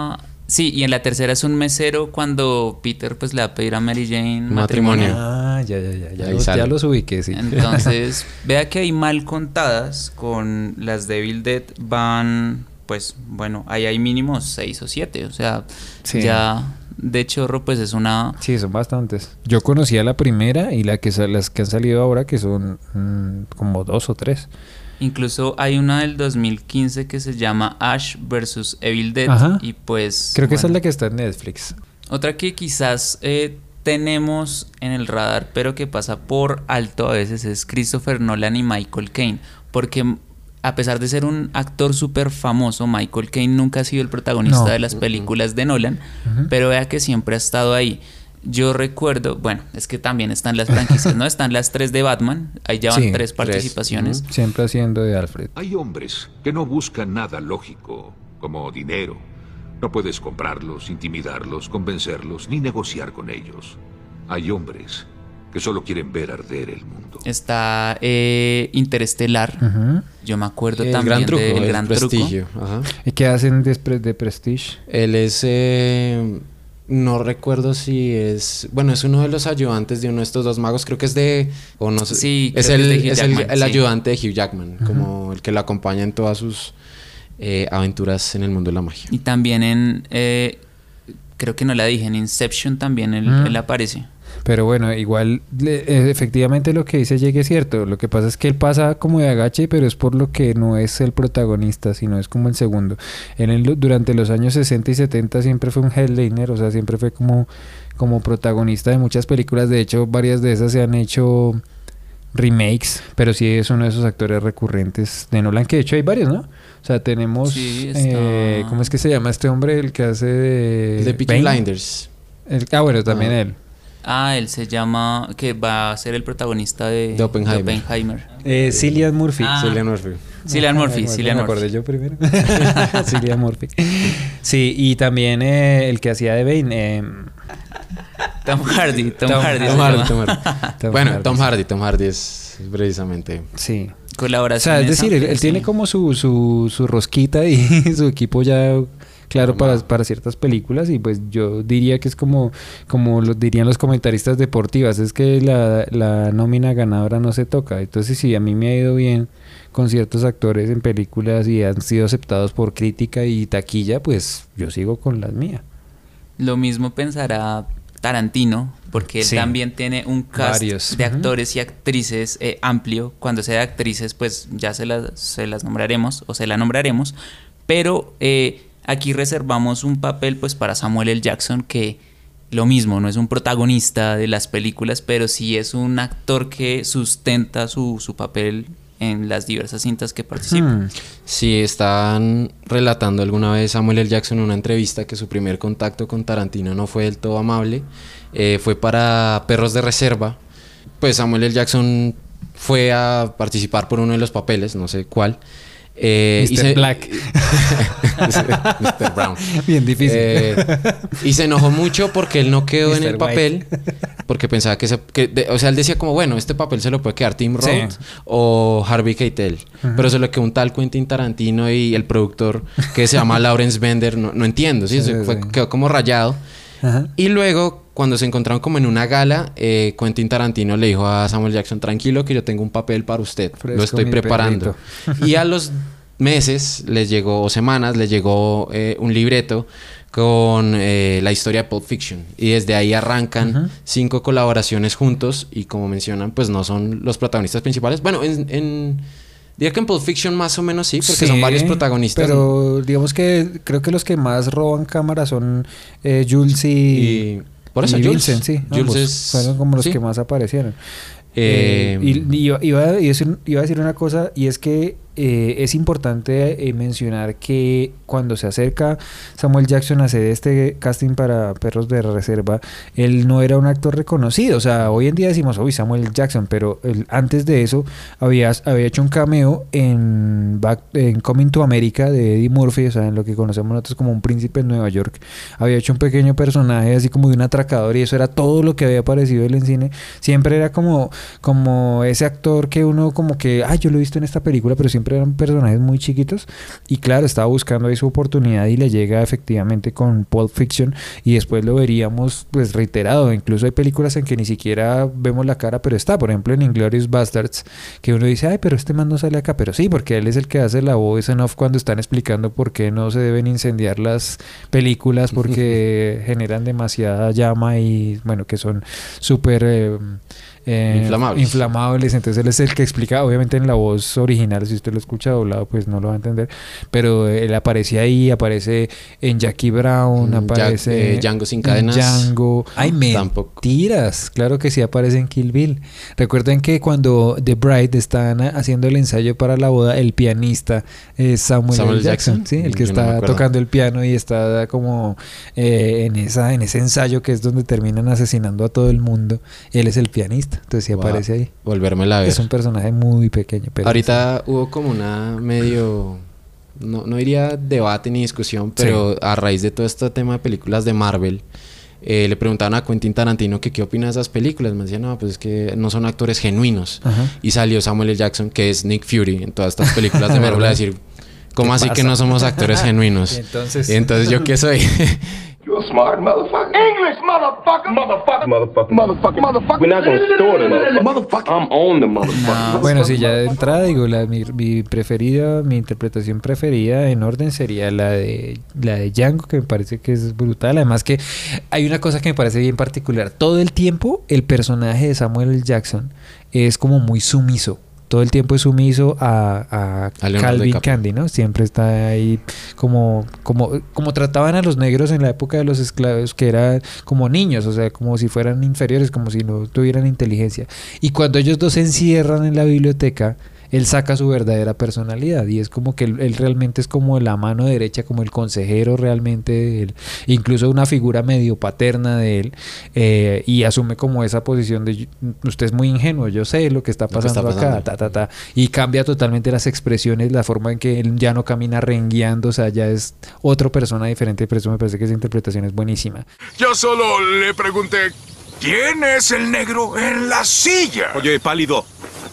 Sí, y en la tercera es un mesero cuando Peter pues le va a pedir a Mary Jane matrimonio. Matrimonio. Ah, ya, ya, ya. Ya, Ahí los, sale. ya los ubiqué, sí. Entonces, vea que hay mal contadas, con las de Evil Dead van, pues, bueno, ahí hay mínimo seis o siete, o sea, Sí. ya de chorro pues es una... Sí, son bastantes. Yo conocía la primera y la que sa- las que han salido ahora, que son mm, como dos o tres. Incluso hay una del dos mil quince que se llama Ash versus Evil Dead. Ajá. Y pues... Creo que esa es bueno, la que está en Netflix. otra que quizás eh, tenemos en el radar, pero que pasa por alto a veces, es Christopher Nolan y Michael Caine. Porque a pesar de ser un actor súper famoso, Michael Caine nunca ha sido el protagonista No. de las películas de Nolan, Ujú. pero vea que siempre ha estado ahí. Yo recuerdo, bueno, es que también están las franquicias, ¿no? Están las tres de Batman, ahí ya van Sí, tres tres. participaciones. Ujú. Siempre haciendo de Alfred. Hay hombres que no buscan nada lógico, como dinero. No puedes comprarlos, intimidarlos, convencerlos, ni negociar con ellos. Hay hombres que solo quieren ver arder el mundo. Está eh, Interestelar. Ujú. Yo me acuerdo El también gran truco, del el Gran prestigio. Truco. Ajá. ¿Y qué hacen después de Prestige? Él es, eh, no recuerdo si es, bueno, es uno de los ayudantes de uno de estos dos magos, creo que es de, o no sé, Sí, es creo que el, es de Hugh es el, Jackman, el sí. ayudante de Hugh Jackman, como el que lo acompaña en todas sus eh, aventuras en el mundo de la magia. Y también en, eh, creo que no la dije, en Inception también él, Mm. él aparece. Pero bueno, igual le- eh, efectivamente lo que dice Jake es cierto. Lo que pasa es que él pasa como de agache, pero es por lo que no es el protagonista, sino es como el segundo. Él en lo- durante los años sesenta y setenta siempre fue un headliner, o sea, siempre fue como, como protagonista de muchas películas. De hecho, varias de esas se han hecho remakes, pero sí es uno de esos actores recurrentes de Nolan, que de hecho hay varios, ¿no? O sea, tenemos... Sí, está- eh, ¿cómo es que se llama este hombre, el que hace de... El de Peaky Bane? Blinders. El- ah, bueno, también Ah. él. Ah, él se llama, que va a ser el protagonista de, De Oppenheimer. Oppenheimer. Eh, Cillian Murphy. Ah. Cillian Murphy. Cillian Murphy, Ay, Cillian me Murphy. acordé yo primero. Cillian Murphy. Sí, y también eh, el que hacía de Bane. eh, Tom Hardy, Tom, Tom- Hardy. Tom se Hardy, llama. Tom Hardy. Tom bueno, Hardy, Tom sí. Hardy, Tom Hardy es precisamente. sí. O Colaboración. sea, es decir, él, él tiene como su, su, su rosquita y su equipo ya claro para, para ciertas películas, y pues yo diría que es como, como lo dirían los comentaristas deportivas, es que la, la nómina ganadora no se toca. Entonces, si a mí me ha ido bien con ciertos actores en películas y han sido aceptados por crítica y taquilla, pues yo sigo con las mías. Lo mismo pensará Tarantino, porque él Sí. también tiene un cast Varios. de Ujú. actores y actrices eh, amplio. Cuando sea de actrices, pues ya se las, se las nombraremos o se la nombraremos. Pero eh, aquí reservamos un papel pues para Samuel L. Jackson, que lo mismo, no es un protagonista de las películas, pero sí es un actor que sustenta su, su papel en las diversas cintas que participa. Hmm. Sí, están relatando alguna vez Samuel L. Jackson en una entrevista que su primer contacto con Tarantino no fue del todo amable. Eh, fue para Perros de Reserva. Pues Samuel L. Jackson fue a participar por uno de los papeles, no sé cuál. Eh, y mister se- Black. mister Brown. Bien difícil. Eh, y se enojó mucho porque él no quedó en mister el papel, porque pensaba que, se, que de- o sea, él decía como, bueno, este papel se lo puede quedar Tim Roth Sí. o Harvey Keitel, Ujú. pero se lo quedó un tal Quentin Tarantino y el productor que se llama Lawrence Bender, no, no entiendo, ¿sí? Sí, Se fue- sí. quedó como rayado. Ajá. Y luego, cuando se encontraron como en una gala, eh, Quentin Tarantino le dijo a Samuel Jackson, tranquilo que yo tengo un papel para usted, Fresco, lo estoy mi preparando. perrito. Y a los meses les llegó, o semanas, les llegó eh, un libreto con eh, la historia de Pulp Fiction. Y desde ahí arrancan Ujú. cinco colaboraciones juntos y como mencionan, pues no son los protagonistas principales. Bueno, en... en diría que en Pulp Fiction más o menos sí, porque Sí, son varios protagonistas. Pero digamos que creo que los que más roban cámara son eh, Jules y, Y por eso, y Jules. Vincent, sí. Jules ambos es- fueron como los sí. que más aparecieron. Eh, Eh, y, y iba, iba a decir, iba a decir una cosa, y es que eh, es importante eh, mencionar que cuando se acerca Samuel Jackson a hacer este casting para Perros de Reserva, él no era un actor reconocido. O sea, hoy en día decimos, uy, Samuel Jackson, pero él, antes de eso había, había hecho un cameo en, Back- en Coming to America de Eddie Murphy, o sea, en lo que conocemos nosotros como un príncipe en Nueva York. Había hecho un pequeño personaje así como de un atracador, y eso era todo lo que había aparecido él en cine. Siempre era como, como ese actor que uno como que, ah, yo lo he visto en esta película, pero siempre siempre eran personajes muy chiquitos. Y claro, estaba buscando ahí su oportunidad y le llega efectivamente con Pulp Fiction. Y después lo veríamos pues reiterado. Incluso hay películas en que ni siquiera vemos la cara, pero está. Por ejemplo, en Inglourious Basterds, que uno dice, ay, pero este man no sale acá. Pero sí, porque él es el que hace la voz en off cuando están explicando por qué no se deben incendiar las películas, porque generan demasiada llama y, bueno, que son súper... Eh, Eh, inflamables. inflamables, entonces él es el que explica, obviamente en la voz original, si usted lo escucha doblado pues no lo va a entender, pero él aparece ahí, aparece en Jackie Brown, aparece Jack, eh, Django sin cadenas, Django, ay mentiras, claro que sí aparece en Kill Bill. Recuerden que cuando The Bride están haciendo el ensayo para la boda, el pianista es Samuel, Samuel L. Jackson, Jackson, sí, el que Yo está no tocando el piano y está como eh, en esa en ese ensayo que es donde terminan asesinando a todo el mundo, él es el pianista. Entonces sí aparece ahí. Volvérmela a ver. Es un personaje muy pequeño. Pero ahorita sí. Hubo como una medio... No, no diría debate ni discusión, pero sí. A raíz de todo este tema de películas de Marvel, eh, le preguntaban a Quentin Tarantino que qué opina de esas películas. Me decían, no, pues es que no son actores genuinos. Ajá. Y salió Samuel L. Jackson, que es Nick Fury, en todas estas películas de Marvel, a decir, ¿cómo así pasa? Que no somos actores genuinos? Y entonces, y entonces ¿yo qué soy? You're a smart motherfucker. English, motherfucker. Motherfucker. Motherfucker. Motherfucker. Motherfucker. We're not gonna store the motherfucker. I'm on the motherfucker. No, bueno, sí, ya de entrada digo, la, mi, mi preferida, mi interpretación preferida en orden sería la de la de Django, que me parece que es brutal. Además que hay una cosa que me parece bien particular. Todo el tiempo el personaje de Samuel L. Jackson es como muy sumiso. Todo el tiempo es sumiso a, a, a Calvin Candy, ¿no? Siempre está ahí como, como, como trataban a los negros en la época de los esclavos, que eran como niños, o sea, como si fueran inferiores, como si no tuvieran inteligencia. Y cuando ellos dos se encierran en la biblioteca, él saca su verdadera personalidad y es como que él, él realmente es como la mano derecha, como el consejero realmente de él, incluso una figura medio paterna de él, eh, y asume como esa posición de usted es muy ingenuo, yo sé lo que está pasando, que está pasando. acá, ta, ta, ta, y cambia totalmente las expresiones, la forma en que él ya no camina rengueando, o sea, ya es otra persona diferente, por eso me parece que esa interpretación es buenísima. Yo solo le pregunté, ¿quién es el negro en la silla? Oye, pálido.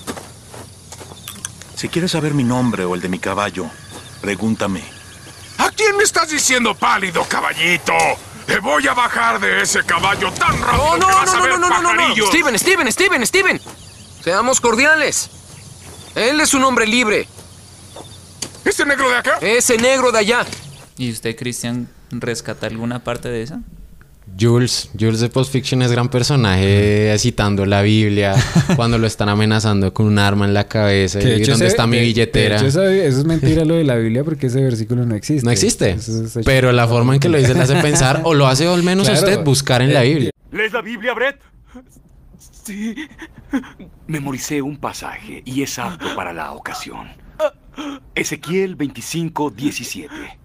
Si quieres saber mi nombre o el de mi caballo, pregúntame. ¿A quién me estás diciendo pálido, caballito? Te voy a bajar de ese caballo tan rápido no, no, que vas no, a ver no, no, no, no, no, no. Steven, Steven, Steven, Steven. Seamos cordiales. Él es un hombre libre. ¿Ese negro de acá? Ese negro de allá. ¿Y usted, Cristian, rescata alguna parte de esa? Jules, Jules de Pulp Fiction es gran personaje, mm. citando la Biblia cuando lo están amenazando con un arma en la cabeza y ¿dónde está mi billetera? De hecho, eso es mentira lo de la Biblia porque ese versículo no existe. No existe, eso es pero la forma en que lo dice le hace pensar o lo hace al menos claro. a usted buscar en eh, la Biblia. ¿Lees la Biblia, Brett? Sí. Memoricé un pasaje y es apto para la ocasión. Ezequiel veinticinco, diecisiete.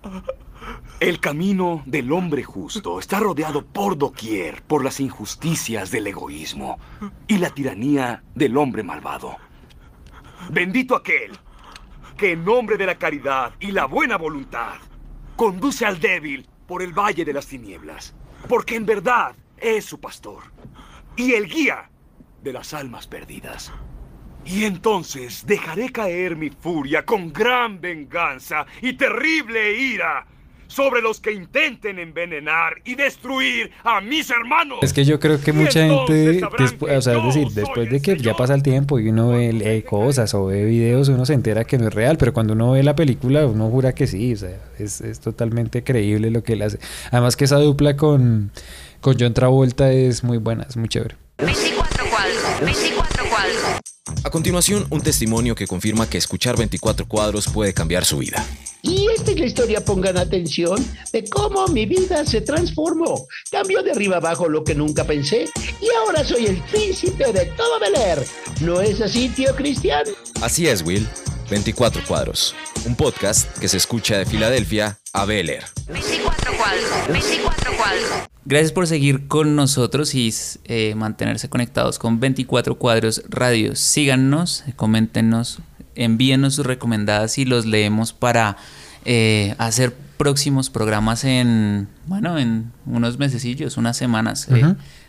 El camino del hombre justo está rodeado por doquier por las injusticias del egoísmo y la tiranía del hombre malvado. Bendito aquel que en nombre de la caridad y la buena voluntad conduce al débil por el valle de las tinieblas, porque en verdad es su pastor y el guía de las almas perdidas. Y entonces dejaré caer mi furia con gran venganza y terrible ira sobre los que intenten envenenar y destruir a mis hermanos. Es que yo creo que mucha gente, después, o sea, es decir, después de que ya pasa el tiempo y uno ve, lee cosas o ve videos, uno se entera que no es real, pero cuando uno ve la película, uno jura que sí, o sea, es, es totalmente creíble lo que él hace. Además que esa dupla con, con John Travolta es muy buena, es muy chévere. veinticuatro cuadros, veinticuatro cuadros. A continuación, un testimonio que confirma que escuchar veinticuatro cuadros puede cambiar su vida. Y esta es la historia, pongan atención, de cómo mi vida se transformó. Cambió de arriba abajo lo que nunca pensé y ahora soy el príncipe de todo Bel Air. ¿No es así, tío Cristian? Así es, Will. veinticuatro cuadros. Un podcast que se escucha de Filadelfia a Bel Air. veinticuatro cuadros, veinticuatro cuadros. Gracias por seguir con nosotros y eh, mantenerse conectados con veinticuatro cuadros Radio. Síganos, coméntenos, envíenos sus recomendadas y los leemos para eh, hacer próximos programas en, bueno, en unos mesecillos, unas semanas. Uh-huh. eh,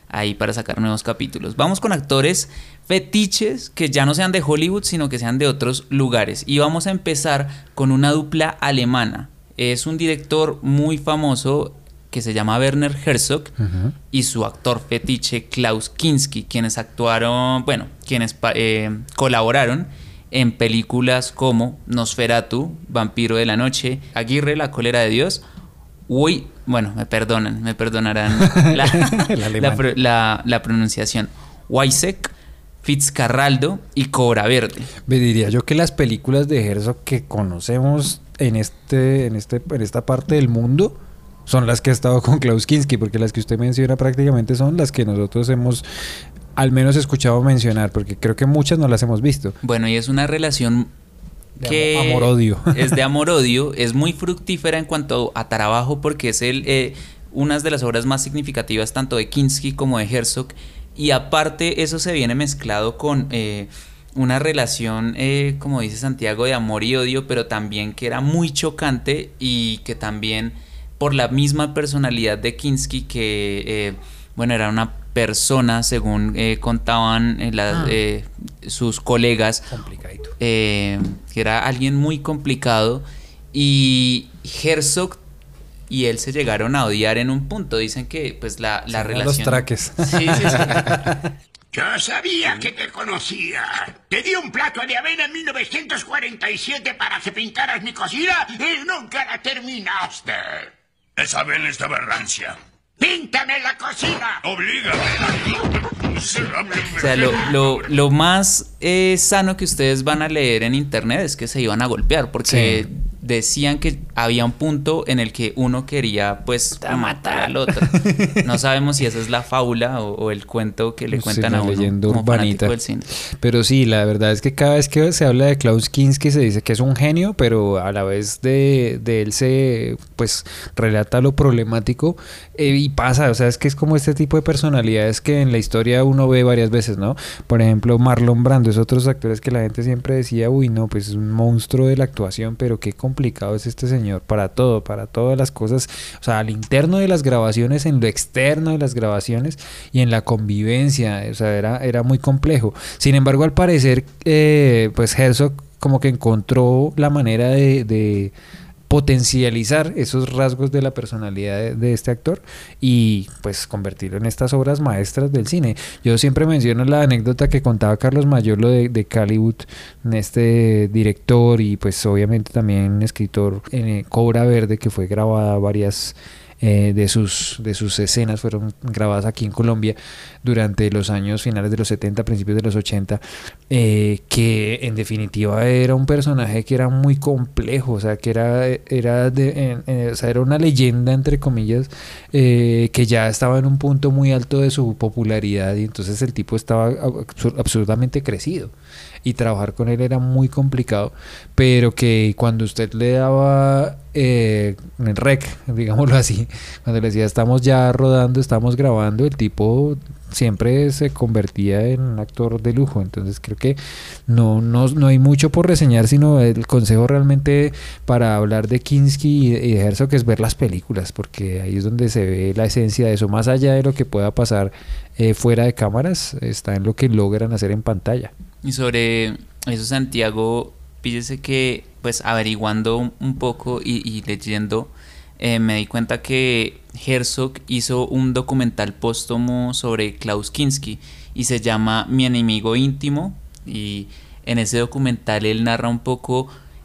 ahí para sacar nuevos capítulos. Vamos con actores fetiches que ya no sean de Hollywood, sino que sean de otros lugares. Y vamos a empezar con una dupla alemana. Es un director muy famoso que se llama Werner Herzog, uh-huh. y su actor fetiche Klaus Kinski, quienes actuaron, bueno, quienes eh, colaboraron en películas como Nosferatu, Vampiro de la Noche, Aguirre, La Cólera de Dios, Uy, bueno, me perdonan, me perdonarán la, la, la, la pronunciación, Weissek, Fitzcarraldo y Cobra Verde. Me diría yo que las películas de Herzog que conocemos en, este, en, este, en esta parte del mundo son las que ha estado con Klaus Kinski, porque las que usted menciona prácticamente son las que nosotros hemos al menos escuchado mencionar, porque creo que muchas no las hemos visto. Bueno, y es una relación que de amor-odio. Es de amor-odio, es muy fructífera en cuanto a trabajo, porque es el, eh, una de las obras más significativas tanto de Kinski como de Herzog, y aparte eso se viene mezclado con eh, una relación, eh, como dice Santiago, de amor y odio, pero también que era muy chocante y que también por la misma personalidad de Kinski, que eh, bueno, era una persona, según eh, contaban eh, la, ah. eh, sus colegas, eh, que era alguien muy complicado, y Herzog y él se llegaron a odiar en un punto. Dicen que pues la, la relación... Los traques. Sí, sí, sí. Yo sabía que te conocía. Te di un plato de avena en mil novecientos cuarenta y siete para que pintaras mi cocina y nunca la terminaste. Esa avena estaba rancia. ¡Píntame la cocina! ¡Oblígame! O sea, lo, lo, lo más eh, sano que ustedes van a leer en internet es que se iban a golpear, porque sí. decían que había un punto en el que uno quería pues matar al otro. No sabemos si esa es la fábula o, o el cuento que le sí, cuentan a uno como urbanita. fanático del cine. Pero sí, la verdad es que cada vez que se habla de Klaus Kinski se dice que es un genio, pero a la vez de, de él se pues relata lo problemático, eh, y pasa, o sea, es que es como este tipo de personalidades que en la historia uno ve varias veces, ¿no? Por ejemplo, Marlon Brando es otros actores que la gente siempre decía, uy, no, pues es un monstruo de la actuación, pero qué complicado es este señor para todo, para todas las cosas, o sea, al interno de las grabaciones, en lo externo de las grabaciones y en la convivencia, o sea, era, era muy complejo. Sin embargo, al parecer, eh, pues Herzog como que encontró la manera de, de potencializar esos rasgos de la personalidad de, de este actor y pues convertirlo en estas obras maestras del cine. Yo siempre menciono la anécdota que contaba Carlos Mayor, lo de, de Caliwood, este director y pues obviamente también escritor en eh, Cobra Verde, que fue grabada varias Eh, de sus de sus escenas fueron grabadas aquí en Colombia durante los años finales de los setenta, principios de los ochenta, eh, que en definitiva era un personaje que era muy complejo, o sea, que era era de, eh, eh, o sea, era una leyenda entre comillas, eh, que ya estaba en un punto muy alto de su popularidad y entonces el tipo estaba absur- absurdamente crecido y trabajar con él era muy complicado, pero que cuando usted le daba eh, el rec, digámoslo así, cuando le decía estamos ya rodando, estamos grabando, el tipo siempre se convertía en un actor de lujo. Entonces creo que no, no, no hay mucho por reseñar, sino el consejo realmente para hablar de Kinski y de Herzog es ver las películas, porque ahí es donde se ve la esencia de eso, más allá de lo que pueda pasar eh, fuera de cámaras, está en lo que logran hacer en pantalla. Y sobre eso, Santiago, fíjese que pues averiguando un poco y, y leyendo, eh, me di cuenta que Herzog hizo un documental póstumo sobre Klaus Kinski y se llama Mi enemigo íntimo, y en ese documental él narra un poco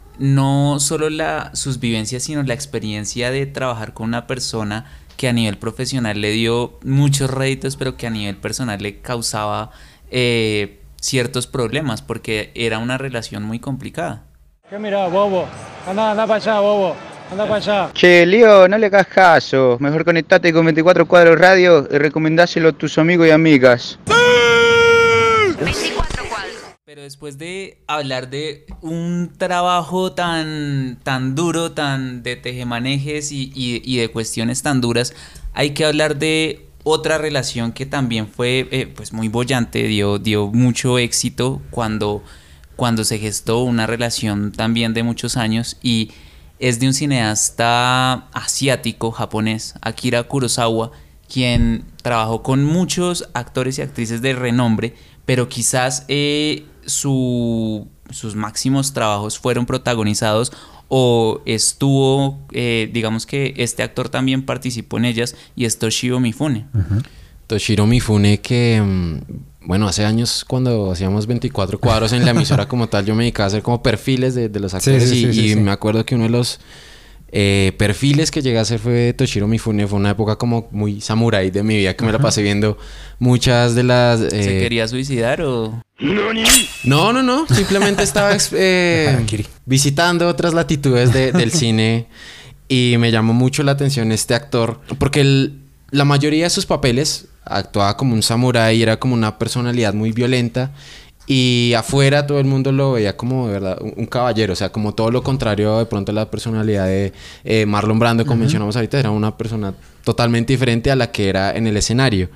no solo la, sus vivencias, sino la experiencia de trabajar con una persona que a nivel profesional le dio muchos réditos, pero que a nivel personal le causaba eh, ciertos problemas, porque era una relación muy complicada. ¿Qué mirá, bobo? Anda, anda para allá, bobo. Anda para allá. Che, Leo, no le hagas caso. Mejor conectate con veinticuatro Cuadros Radio y recomendáselo a tus amigos y amigas. veinticuatro cuadros. Pero después de hablar de un trabajo tan, tan duro, tan de tejemanejes y, y, y de cuestiones tan duras, hay que hablar de otra relación que también fue eh, pues muy bollante, dio, dio mucho éxito cuando, cuando se gestó una relación también de muchos años, y es de un cineasta asiático, japonés, Akira Kurosawa, quien trabajó con muchos actores y actrices de renombre, pero quizás eh, su, sus máximos trabajos fueron protagonizados o estuvo, eh, digamos que este actor también participó en ellas, y es Toshiro Mifune. Uh-huh. Toshiro Mifune, que bueno, hace años cuando hacíamos veinticuatro cuadros en la emisora como tal, yo me dedicaba a hacer como perfiles de, de los actores. Sí, sí, y, sí, sí, y sí. me acuerdo que uno de los eh, perfiles que llegué a hacer fue Toshiro Mifune. Fue una época como muy samurái de mi vida, que me la pasé viendo muchas de las... Eh... ¿Se quería suicidar o...? No, no, no. Simplemente estaba eh, visitando otras latitudes de, del cine, y me llamó mucho la atención este actor, porque el, la mayoría de sus papeles actuaba como un samurái, era como una personalidad muy violenta, y afuera todo el mundo lo veía como, de verdad, un, un caballero. O sea, como todo lo contrario de pronto a la personalidad de eh, Marlon Brando, como uh-huh. mencionamos ahorita. Era una persona totalmente diferente a la que era en el escenario.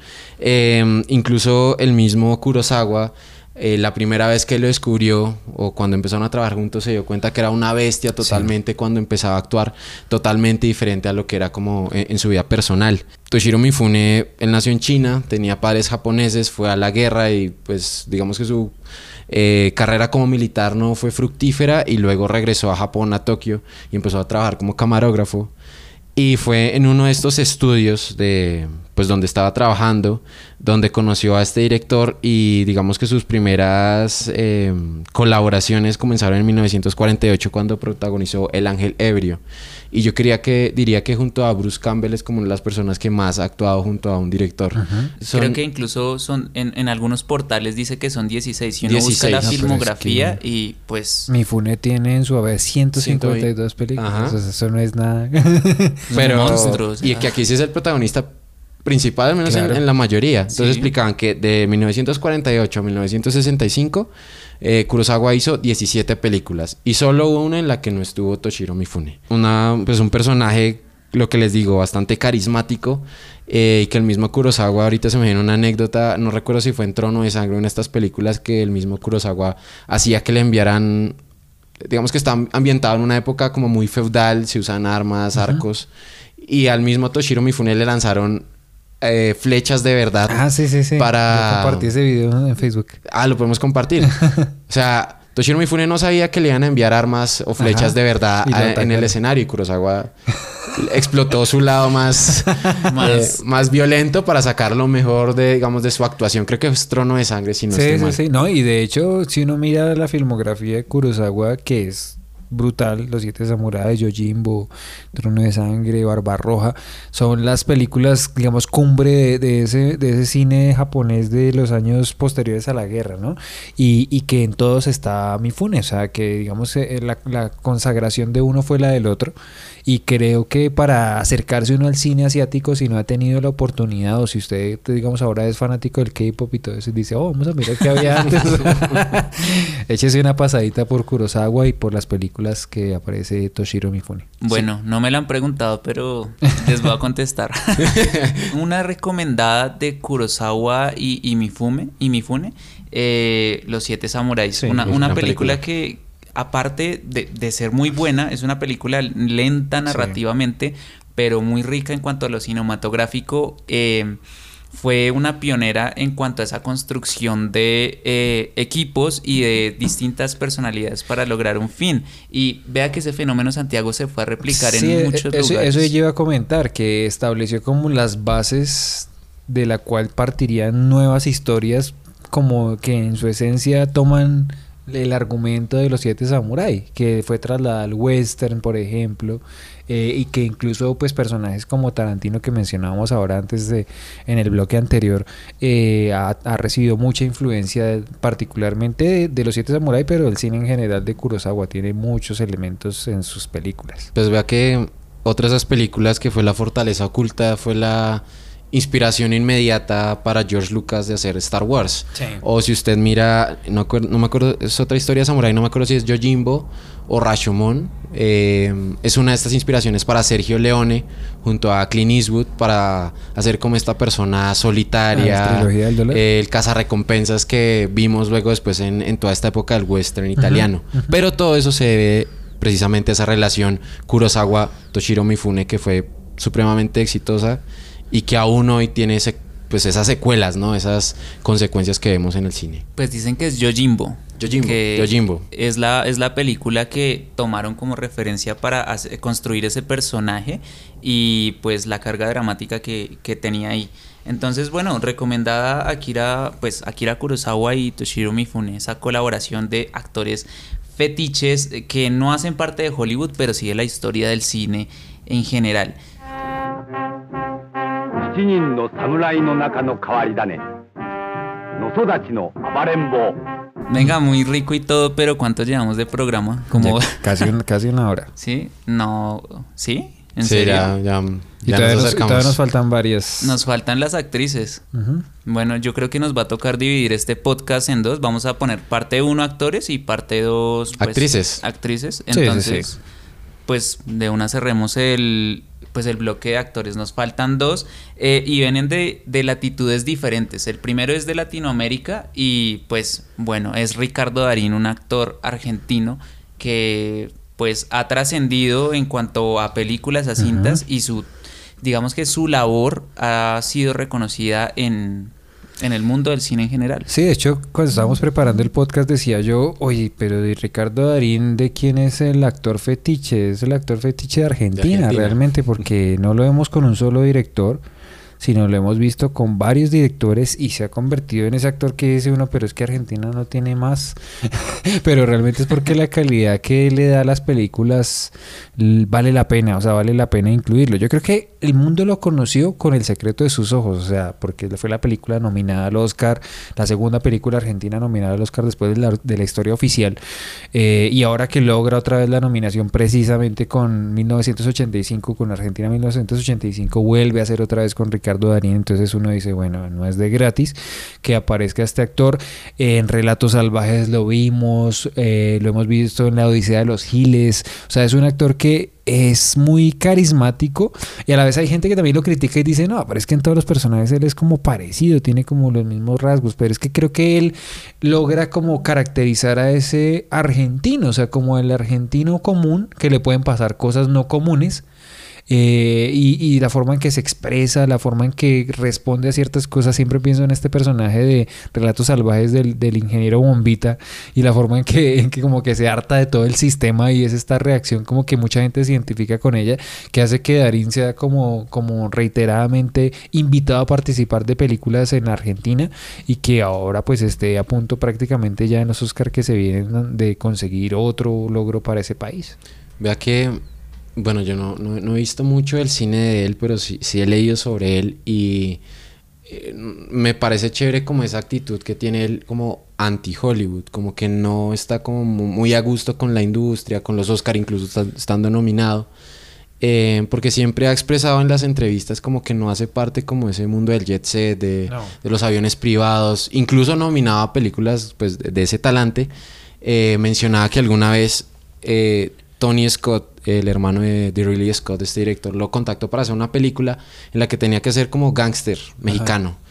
Eh, incluso el mismo Kurosawa, Eh, la primera vez que lo descubrió, o cuando empezaron a trabajar juntos, se dio cuenta que era una bestia totalmente, sí. cuando empezaba a actuar totalmente diferente a lo que era como en, en su vida personal. Toshiro Mifune, él nació en China, tenía padres japoneses, fue a la guerra y pues digamos que su eh, carrera como militar no fue fructífera, y luego regresó a Japón, a Tokio, y empezó a trabajar como camarógrafo. Y fue en uno de estos estudios de, pues, donde estaba trabajando, donde conoció a este director, y digamos que sus primeras eh, colaboraciones comenzaron en mil novecientos cuarenta y ocho, cuando protagonizó El Ángel Ebrio. Y yo quería que, diría que junto a Bruce Campbell es como una de las personas que más ha actuado junto a un director. Uh-huh. Son... Creo que incluso son en, en algunos portales dice que son dieciséis. Si uno dieciséis, busca la no, filmografía es que... y pues... Mifune tiene en su haber ciento cincuenta y dos películas. O sea, eso no es nada. Pero... monstruos. Y que aquí sí es el protagonista principal, al menos claro. en, en la mayoría. Entonces sí. explicaban que de mil novecientos cuarenta y ocho a mil novecientos sesenta y cinco... Eh, Kurosawa hizo diecisiete películas, y solo hubo una en la que no estuvo Toshiro Mifune. Una, pues un personaje, lo que les digo, bastante carismático, eh, y que el mismo Kurosawa, ahorita se me viene una anécdota, no recuerdo si fue en Trono de Sangre o en estas películas, que el mismo Kurosawa hacía que le enviaran, digamos que está ambientado en una época como muy feudal, se usan armas, uh-huh. arcos, y al mismo Toshiro Mifune le lanzaron Eh, flechas de verdad. Ah, sí, sí, sí. Para... Yo compartí ese video en Facebook. Ah, lo podemos compartir. O sea, Toshiro Mifune no sabía que le iban a enviar armas o flechas Ajá. de verdad a, en el escenario, y Kurosawa explotó su lado más, más. Eh, más violento para sacar lo mejor de, digamos, de su actuación. Creo que es Trono de Sangre, si no sí, estoy sí, mal. Sí, no, y de hecho, si uno mira la filmografía de Kurosawa, que es brutal, Los Siete Samuráis, Yojimbo, Trono de Sangre, Barbarroja, son las películas, digamos, cumbre de, de ese de ese cine japonés de los años posteriores a la guerra, ¿no? Y, y que en todos está Mifune, o sea, que digamos la, la consagración de uno fue la del otro, y creo que para acercarse uno al cine asiático, si no ha tenido la oportunidad, o si usted, digamos, ahora es fanático del K-pop y todo eso, y dice, oh, vamos a mirar qué había antes, échese una pasadita por Kurosawa y por las películas que aparece Toshiro Mifune. Bueno, sí. no me la han preguntado, pero les voy a contestar. Una recomendada de Kurosawa y, y Mifune, y Mifune eh, Los Siete Samuráis. Sí, una, una película, película que, aparte de, de ser muy buena, es una película lenta narrativamente, sí. pero muy rica en cuanto a lo cinematográfico. Eh, fue una pionera en cuanto a esa construcción de eh, equipos y de distintas personalidades para lograr un fin. Y vea que ese fenómeno, Santiago, se fue a replicar sí, en muchos eso, lugares. Eso yo iba a comentar, que estableció como las bases de la cual partirían nuevas historias, como que en su esencia toman el argumento de Los Siete Samuráis, que fue trasladado al western, por ejemplo, eh, y que incluso pues personajes como Tarantino, que mencionábamos ahora antes de en el bloque anterior, eh, ha, ha recibido mucha influencia, particularmente de, de Los Siete Samuráis, pero el cine en general de Kurosawa tiene muchos elementos en sus películas. Pues vea que otra de esas películas que fue La Fortaleza Oculta fue la inspiración inmediata para George Lucas de hacer Star Wars. Sí. O si usted mira, no, no me acuerdo, es otra historia de samurái, no me acuerdo si es Yojimbo o Rashomon. Eh, es una de estas inspiraciones para Sergio Leone junto a Clint Eastwood, para hacer como esta persona solitaria, ah, eh, el cazarrecompensas que vimos luego después en, en toda esta época del western italiano. Uh-huh, uh-huh. Pero todo eso se debe precisamente a esa relación Kurosawa-Toshiro Mifune, que fue supremamente exitosa y que aún hoy tiene ese, pues esas secuelas, ¿no? Esas consecuencias que vemos en el cine. Pues dicen que es Yojimbo. Yojimbo, que Yojimbo. Es la, es la película que tomaron como referencia para hacer, construir ese personaje y pues la carga dramática que, que tenía ahí. Entonces, bueno, recomendada Akira, pues Akira Kurosawa y Toshiro Mifune, esa colaboración de actores fetiches que no hacen parte de Hollywood, pero sí de la historia del cine en general. Venga, muy rico y todo, pero ¿cuánto llevamos de programa? Como casi, un, casi una hora. ¿Sí? No, ¿sí? ¿En sí, serio? ya, ya, y ya todavía nos nos, acercamos. todavía nos faltan varias. Nos faltan las actrices. Uh-huh. Bueno, yo creo que nos va a tocar dividir este podcast en dos. Vamos a poner parte uno actores y parte dos pues, actrices. Actrices. Entonces, sí, sí, sí. pues de una cerremos el, pues, el bloque de actores. Nos faltan dos eh, y vienen de, de latitudes diferentes. El primero es de Latinoamérica y pues bueno, es Ricardo Darín, un actor argentino que pues ha trascendido en cuanto a películas, a cintas, uh-huh. y su, digamos que su labor ha sido reconocida en, en el mundo del cine en general. Sí, de hecho, cuando estábamos preparando el podcast decía yo, oye, pero de Ricardo Darín, ¿de quién es el actor fetiche? Es el actor fetiche de Argentina, de Argentina. Realmente, porque no lo vemos con un solo director, sino lo hemos visto con varios directores y se ha convertido en ese actor que dice uno, pero es que Argentina no tiene más. Pero realmente es porque la calidad que le da a las películas vale la pena, o sea, vale la pena incluirlo. Yo creo que el mundo lo conoció con El secreto de sus ojos, o sea, porque fue la película nominada al Oscar, la segunda película argentina nominada al Oscar después de la, de la historia oficial, eh, y ahora que logra otra vez la nominación precisamente con mil novecientos ochenta y cinco, con Argentina mil novecientos ochenta y cinco, vuelve a hacer otra vez con Ricardo Darín, entonces uno dice, bueno, no es de gratis que aparezca este actor. Eh, en Relatos Salvajes lo vimos, eh, lo hemos visto en La Odisea de los Giles, o sea, es un actor que es muy carismático y a la vez hay gente que también lo critica y dice, no, pero es que en todos los personajes él es como parecido, tiene como los mismos rasgos, pero es que creo que él logra como caracterizar a ese argentino, o sea, como el argentino común, que le pueden pasar cosas no comunes. Eh, y, y la forma en que se expresa, la forma en que responde a ciertas cosas. Siempre pienso en este personaje de Relatos Salvajes del, del ingeniero Bombita, y la forma en que, en que como que se harta de todo el sistema, y es esta reacción como que mucha gente se identifica con ella, que hace que Darín sea como, como reiteradamente invitado a participar de películas en Argentina, y que ahora pues esté a punto prácticamente ya en los Oscar que se vienen de conseguir otro logro para ese país. Vea que bueno, yo no, no, no he visto mucho el cine de él, pero sí, sí he leído sobre él y eh, me parece chévere como esa actitud que tiene él como anti-Hollywood, como que no está como muy a gusto con la industria, con los Oscar, incluso está, estando nominado, eh, porque siempre ha expresado en las entrevistas como que no hace parte como ese mundo del jet set, de, no. de los aviones privados, incluso nominado a películas pues, de, de ese talante. Eh, mencionaba que alguna vez eh, Tony Scott, el hermano de, de Ridley Scott, este director, lo contactó para hacer una película en la que tenía que ser como gángster mexicano. Ajá.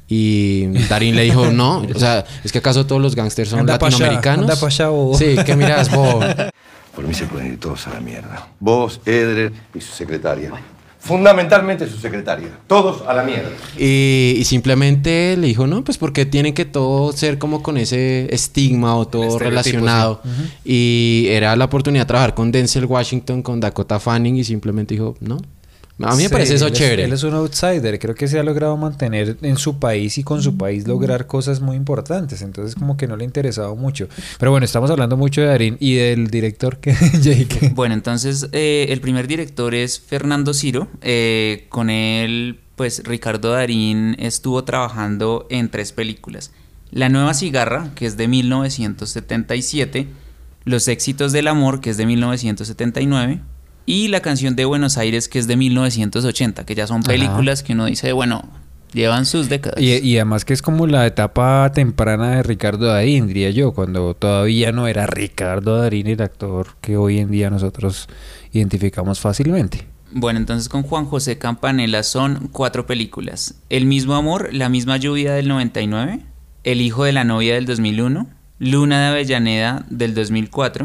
Y Darín le dijo, no, o sea, ¿es que acaso todos los gángsters son anda latinoamericanos? Pa allá, anda pa allá, sí, ¿qué miras, vos? Por mí se pueden ir todos a la mierda. Vos, Edrer y su secretaria. Fundamentalmente su secretaria. Todos a la mierda. Y, y simplemente le dijo, no, pues porque tienen que todo ser como con ese estigma o todo relacionado. Sí. Uh-huh. Y era la oportunidad de trabajar con Denzel Washington, con Dakota Fanning, y simplemente dijo, no. A mí me sí, parece eso él chévere. Es, él es un outsider, creo que se ha logrado mantener en su país y con su país lograr cosas muy importantes, entonces como que no le ha interesado mucho. Pero bueno, estamos hablando mucho de Darín y del director que Jake. Bueno, entonces eh, el primer director es Fernando Ciro, eh, con él pues Ricardo Darín estuvo trabajando en tres películas: La Nueva Cigarra, que es de mil novecientos setenta y siete, Los Éxitos del Amor, que es de mil novecientos setenta y nueve, y La Canción de Buenos Aires, que es de mil novecientos ochenta, que ya son películas Ajá. que uno dice, bueno, llevan sus décadas. Y, y además que es como la etapa temprana de Ricardo Darín, diría yo, cuando todavía no era Ricardo Darín el actor que hoy en día nosotros identificamos fácilmente. Bueno, entonces con Juan José Campanella son cuatro películas: El Mismo Amor, La Misma Lluvia del noventa y nueve, El Hijo de la Novia del dos mil uno, Luna de Avellaneda del dos mil cuatro,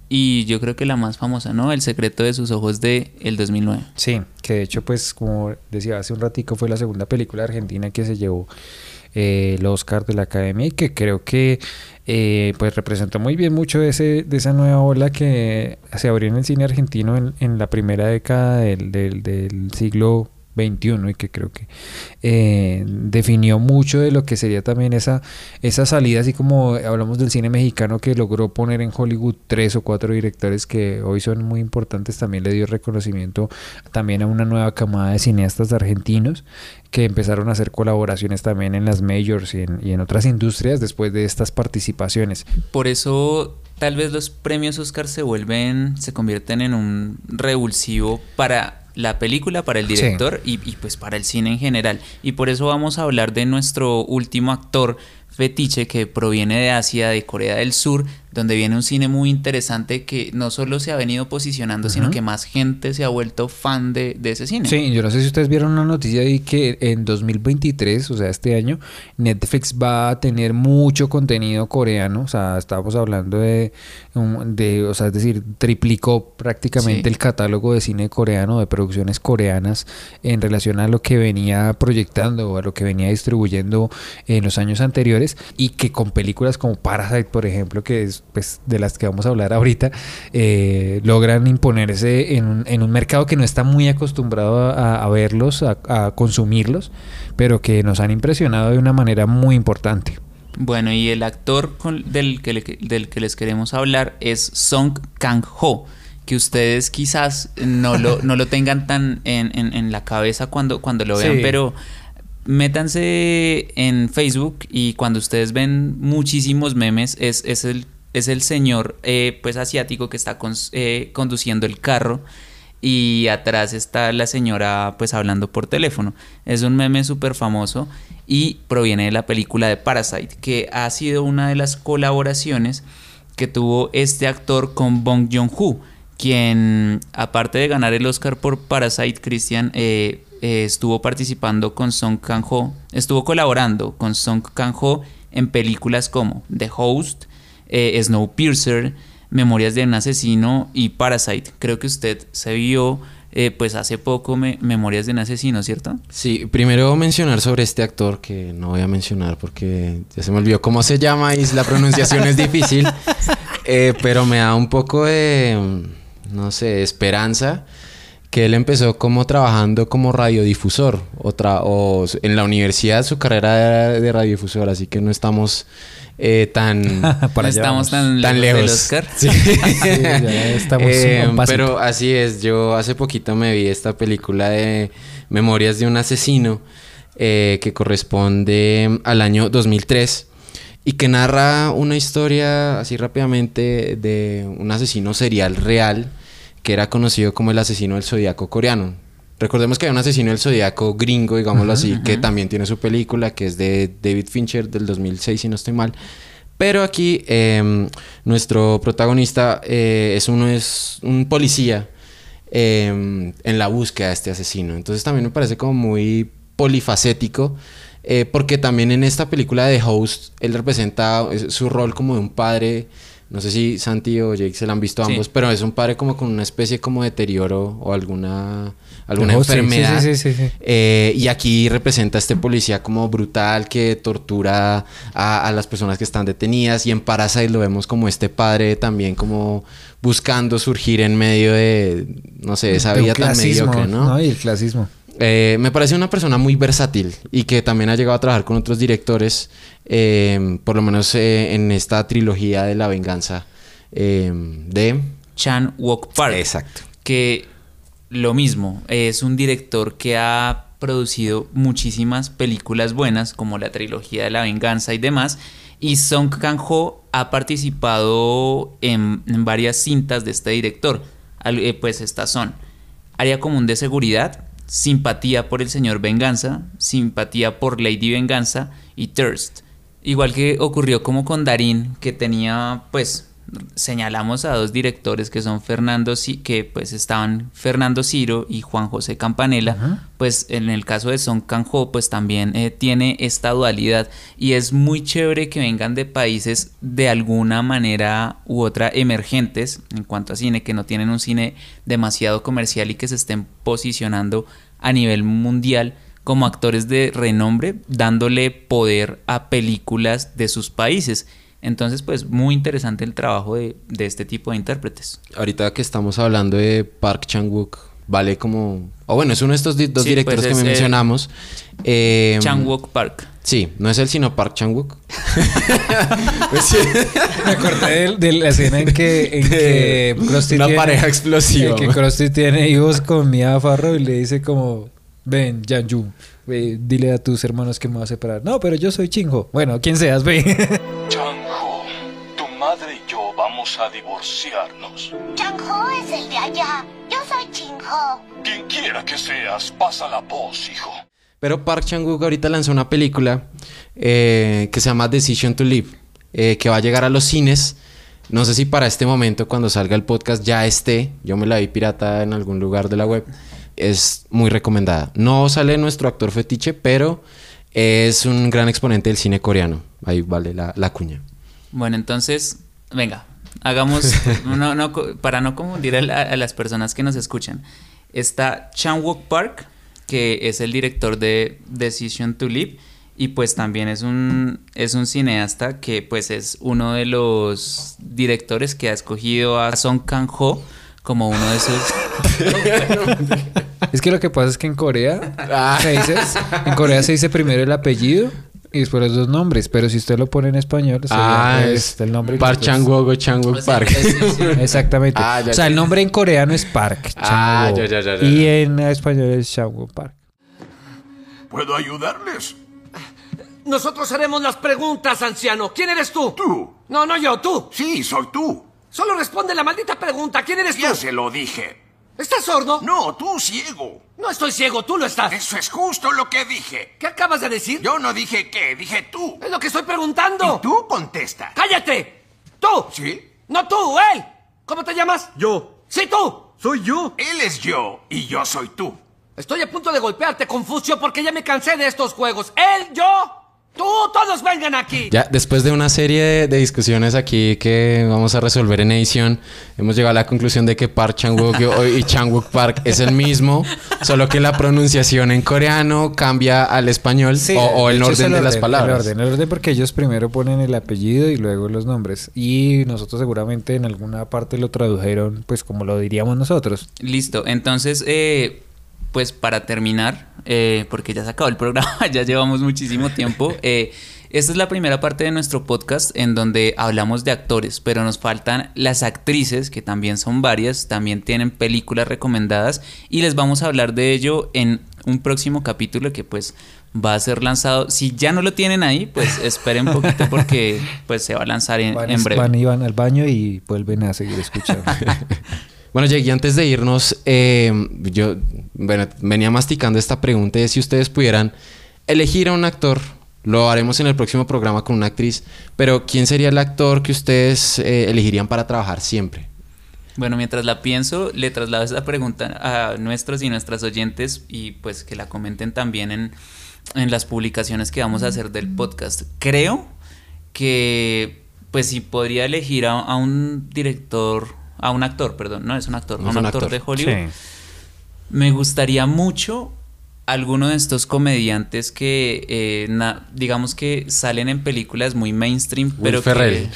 y yo creo que la más famosa, ¿no? El secreto de sus ojos de el dos mil nueve. Sí, que de hecho, pues, como decía hace un ratico, fue la segunda película argentina que se llevó eh, el Oscar de la Academia y que creo que eh, pues representó muy bien mucho de, ese, de esa nueva ola que se abrió en el cine argentino en, en la primera década del, del, del siglo veintiuno y que creo que eh, definió mucho de lo que sería también esa, esa salida, así como hablamos del cine mexicano que logró poner en Hollywood tres o cuatro directores que hoy son muy importantes, también le dio reconocimiento también a una nueva camada de cineastas argentinos que empezaron a hacer colaboraciones también en las majors y en, y en otras industrias después de estas participaciones. Por eso tal vez los premios Oscar se vuelven, se convierten en un revulsivo para la película, para el director, sí. y, y pues para el cine en general. Y por eso vamos a hablar de nuestro último actor fetiche que proviene de Asia, de Corea del Sur, donde viene un cine muy interesante que no solo se ha venido posicionando, uh-huh. sino que más gente se ha vuelto fan de, de ese cine. Sí, yo no sé si ustedes vieron una noticia ahí que en dos mil veintitrés, o sea, este año, Netflix va a tener mucho contenido coreano, o sea, estamos hablando de, de o sea, es decir, triplicó prácticamente sí. el catálogo de cine coreano, de producciones coreanas, en relación a lo que venía proyectando o a lo que venía distribuyendo en los años anteriores, y que con películas como Parasite, por ejemplo, que es pues de las que vamos a hablar ahorita, eh, logran imponerse en un, en un mercado que no está muy acostumbrado a, a verlos, a, a consumirlos, pero que nos han impresionado de una manera muy importante. Bueno, y el actor con, del, que le, del que les queremos hablar es Song Kang-ho, que ustedes quizás no lo, no lo tengan tan en, en, en la cabeza cuando, cuando lo vean, sí. pero métanse en Facebook y cuando ustedes ven muchísimos memes, es, es el es el señor eh, pues asiático que está con, eh, conduciendo el carro y atrás está la señora pues hablando por teléfono. Es un meme súper famoso y proviene de la película de Parasite, que ha sido una de las colaboraciones que tuvo este actor con Bong Joon-ho, quien aparte de ganar el Oscar por Parasite, Christian, eh, eh, estuvo participando con Song Kang-ho, estuvo colaborando con Song Kang-ho en películas como The Host, Eh, Snowpiercer, Memorias de un asesino y Parasite. Creo que usted se vio eh, pues hace poco me Memorias de un asesino, ¿cierto? Sí, primero mencionar sobre este actor que no voy a mencionar porque ya se me olvidó cómo se llama y la pronunciación es difícil, eh, pero me da un poco de, no sé, esperanza que él empezó como trabajando como radiodifusor o, tra o en la universidad su carrera era de radiodifusor, así que no estamos eh, tan no estamos tan, tan lejos, lejos del Oscar. Sí. Sí, ya estamos eh, un pasito. Pero así es, yo hace poquito me vi esta película de Memorias de un asesino eh, que corresponde al año dos mil tres y que narra una historia así rápidamente de un asesino serial real que era conocido como el asesino del zodiaco coreano. Recordemos que hay un asesino del zodiaco gringo, digámoslo uh-huh, así, uh-huh. que también tiene su película, que es de David Fincher del dos mil seis, si no estoy mal. Pero aquí eh, nuestro protagonista eh, es, uno, es un policía eh, en la búsqueda de este asesino. Entonces también me parece como muy polifacético, eh, porque también en esta película de The Host, él representa su rol como de un padre. No sé si Santi o Jake se la han visto ambos, sí. pero es un padre como con una especie como de deterioro o alguna, alguna oh, enfermedad. Sí, sí, sí, sí. Eh, y aquí representa a este policía como brutal que tortura a, a las personas que están detenidas. Y en Parasite lo vemos como este padre también como buscando surgir en medio de, no sé, esa vida tan mediocre, ¿no? ¿no? Y el clasismo. Eh, me parece una persona muy versátil y que también ha llegado a trabajar con otros directores, eh, por lo menos eh, en esta trilogía de La Venganza eh, de Chan Wook Park. Exacto. Que lo mismo, es un director que ha producido muchísimas películas buenas, como la trilogía de La Venganza y demás. Y Song Kang-ho ha participado en, en varias cintas de este director. Eh, pues estas son Área Común de Seguridad, Simpatía por el Señor Venganza, Simpatía por Lady Venganza y Thirst. Igual que ocurrió como con Darín, que tenía pues señalamos a dos directores que son Fernando, que pues estaban Fernando Ciro y Juan José Campanella. Uh-huh. Pues en el caso de Song Kang-ho pues también eh, tiene esta dualidad y es muy chévere que vengan de países de alguna manera u otra emergentes en cuanto a cine, que no tienen un cine demasiado comercial y que se estén posicionando a nivel mundial como actores de renombre, dándole poder a películas de sus países. Entonces, pues, muy interesante el trabajo de, de este tipo de intérpretes. Ahorita que estamos hablando de Park Chan-wook, vale como... O bueno, es uno de estos di- dos sí, directores pues que es, me mencionamos. Eh, eh, Chan-wook Park. Sí, no es él, sino Park Chan-wook. Pues sí. Me acordé de, de la escena en que, en que Krusty una tiene, pareja explosiva. En que Krusty tiene hijos con Mia Farrow y le dice como... Ven, Janju, ve, dile a tus hermanos que me va a separar. No, pero yo soy Chinjo. Bueno, quien seas, ve. Chanjo, tu madre y yo vamos a divorciarnos. Chanjo es el de allá. Yo soy Chinjo. Quien quiera que seas, pasa la voz, hijo. Pero Park Chan-wook ahorita lanzó una película eh, que se llama Decision to Live, eh, que va a llegar a los cines. No sé si para este momento, cuando salga el podcast, ya esté. Yo me la vi pirata en algún lugar de la web. Es muy recomendada. No sale nuestro actor fetiche, pero es un gran exponente del cine coreano. Ahí vale la, la cuña. Bueno, entonces, venga, hagamos, no, no, para no confundir a, la, a las personas que nos escuchan. Está Chan-wook Park, que es el director de Decision to Live, y pues también es un, es un cineasta que pues es uno de los directores que ha escogido a Song Kang-ho como uno de sus... Es que lo que pasa es que en Corea se dice, en Corea se dice primero el apellido y después los dos nombres, pero si usted lo pone en español sería ah, pues, es el nombre Park Chan-wook o Chan-wook Park. Sí, sí. Exactamente. Ah, ya, o sea, ya. El nombre en coreano es Park ah, ya, ya, ya, ya. Y en español es Chan-wook Park. ¿Puedo ayudarles? Nosotros haremos las preguntas, anciano. ¿Quién eres tú? Tú. No, no yo, tú. Sí, soy tú. Solo responde la maldita pregunta. ¿Quién eres tú? Ya se lo dije. ¿Estás sordo? No, tú ciego. No estoy ciego, tú lo estás. Eso es justo lo que dije. ¿Qué acabas de decir? Yo no dije qué, dije tú. Es lo que estoy preguntando. Y tú contesta. ¡Cállate! ¡Tú! ¿Sí? No tú, él. ¿Cómo te llamas? Yo. Sí, tú. Soy yo. Él es yo y yo soy tú. Estoy a punto de golpearte, Confucio, porque ya me cansé de estos juegos. Él, yo... ¡Tú! ¡Todos vengan aquí! Ya, después de una serie de, de discusiones aquí que vamos a resolver en edición, hemos llegado a la conclusión de que Park Chan-wook y Chan-wook Park es el mismo, solo que la pronunciación en coreano cambia al español sí, o, o el, orden el orden de las palabras. El orden, el orden porque ellos primero ponen el apellido y luego los nombres. Y nosotros seguramente en alguna parte lo tradujeron pues como lo diríamos nosotros. Listo, entonces... Eh... Pues para terminar, eh, porque ya se acabó el programa, ya llevamos muchísimo tiempo. Eh, esta es la primera parte de nuestro podcast en donde hablamos de actores, pero nos faltan las actrices, que también son varias, también tienen películas recomendadas y les vamos a hablar de ello en un próximo capítulo que pues va a ser lanzado. Si ya no lo tienen ahí, pues esperen un poquito porque pues se va a lanzar en, van, en breve. Van y van al baño y vuelven a seguir escuchando. Bueno, llegué antes de irnos, eh, yo bueno, venía masticando esta pregunta de si ustedes pudieran elegir a un actor, lo haremos en el próximo programa con una actriz, pero ¿quién sería el actor que ustedes eh, elegirían para trabajar siempre? Bueno, mientras la pienso, le traslado esa pregunta a nuestros y nuestras oyentes y pues que la comenten también en, en las publicaciones que vamos a hacer del podcast. Creo que pues si podría elegir a, a un director... A un actor, perdón, no es un actor, no, un, un actor, actor de Hollywood. Sí. Me gustaría mucho alguno de estos comediantes que, eh, na, digamos que salen en películas muy mainstream, Will pero Ferrell.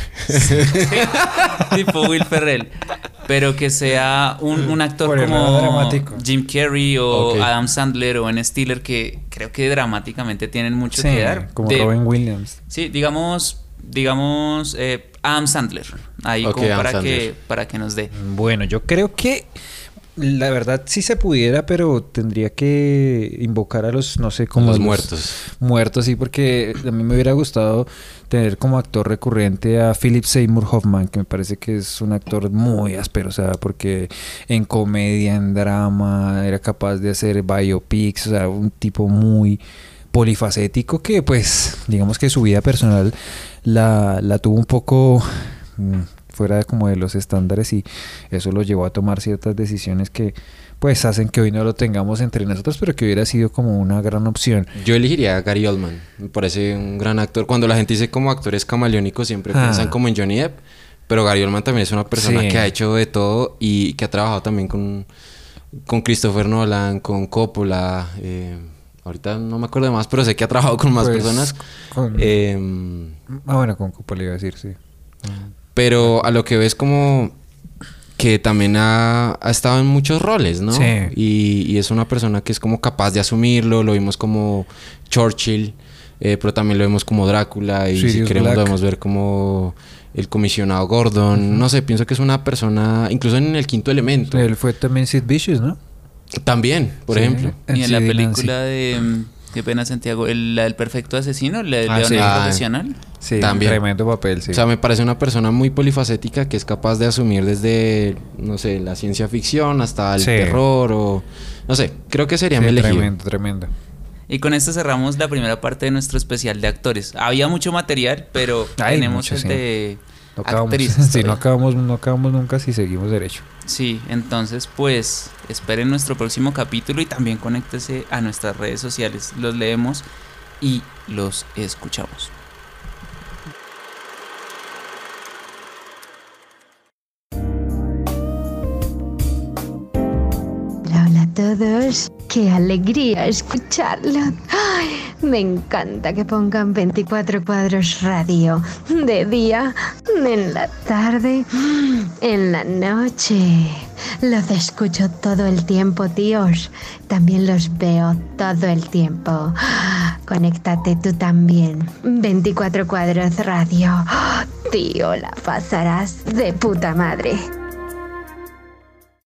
que... tipo Will Ferrell. Pero que sea un, un actor Por como dramático. Jim Carrey o okay. Adam Sandler o Ben Stiller, que creo que dramáticamente tienen mucho sí, que dar. Como de, Robin Williams. Sí, digamos... digamos eh, Adam Sandler ahí okay, como para Adam que Sandler. Para que nos dé. Bueno, yo creo que la verdad sí se pudiera, pero tendría que invocar a los, no sé, como los, los muertos. Muertos, sí, porque a mí me hubiera gustado tener como actor recurrente a Philip Seymour Hoffman, que me parece que es un actor muy áspero, o sea, porque en comedia, en drama, era capaz de hacer biopics, o sea, un tipo muy polifacético que pues digamos que su vida personal la, la tuvo un poco fuera de como de los estándares y eso lo llevó a tomar ciertas decisiones que pues hacen que hoy no lo tengamos entre nosotros, pero que hubiera sido como una gran opción. Yo elegiría a Gary Oldman, me parece un gran actor. Cuando la gente dice como actores camaleónicos siempre Ah. piensan como en Johnny Depp, pero Gary Oldman también es una persona Sí. que ha hecho de todo y que ha trabajado también con, con Christopher Nolan, con Coppola, eh, ahorita no me acuerdo de más, pero sé que ha trabajado con más Pues, personas. con- Eh, Ah, bueno, con Coppola iba a decir, sí. pero a lo que ves como que también ha, ha estado en muchos roles, ¿no? Sí. Y, y es una persona que es como capaz de asumirlo, lo vimos como Churchill, eh, pero también lo vemos como Drácula y si Sirius queremos Black. lo podemos ver como el comisionado Gordon, no sé, pienso que es una persona, incluso en El Quinto Elemento. Él fue también Sid Vicious, ¿no? También, por Sí. ejemplo. Y en la Sí, película de... mm, Qué pena, Santiago. El, la del perfecto asesino, la del Ah, león sí. Ah, profesional. Sí, También. tremendo papel, sí. O sea, me parece una persona muy polifacética que es capaz de asumir desde, no sé, la ciencia ficción hasta el Sí. terror o... No sé, creo que sería Sí, mi elegido. tremendo, tremendo. Y con esto cerramos la primera parte de nuestro especial de actores. Había mucho material, pero Hay tenemos mucho, el sí. de No acabamos, actrices. sí, no todavía. acabamos, no acabamos nunca si seguimos derecho. Sí, entonces pues esperen nuestro próximo capítulo y también conéctese a nuestras redes sociales. Los leemos y los escuchamos. Hola, hola a todos. Qué alegría escucharlo. Ay, me encanta que pongan veinticuatro cuadros radio. De día, en la tarde, en la noche. Los escucho todo el tiempo, tíos. También los veo todo el tiempo. Conéctate tú también. veinticuatro cuadros radio. Tío, la pasarás de puta madre.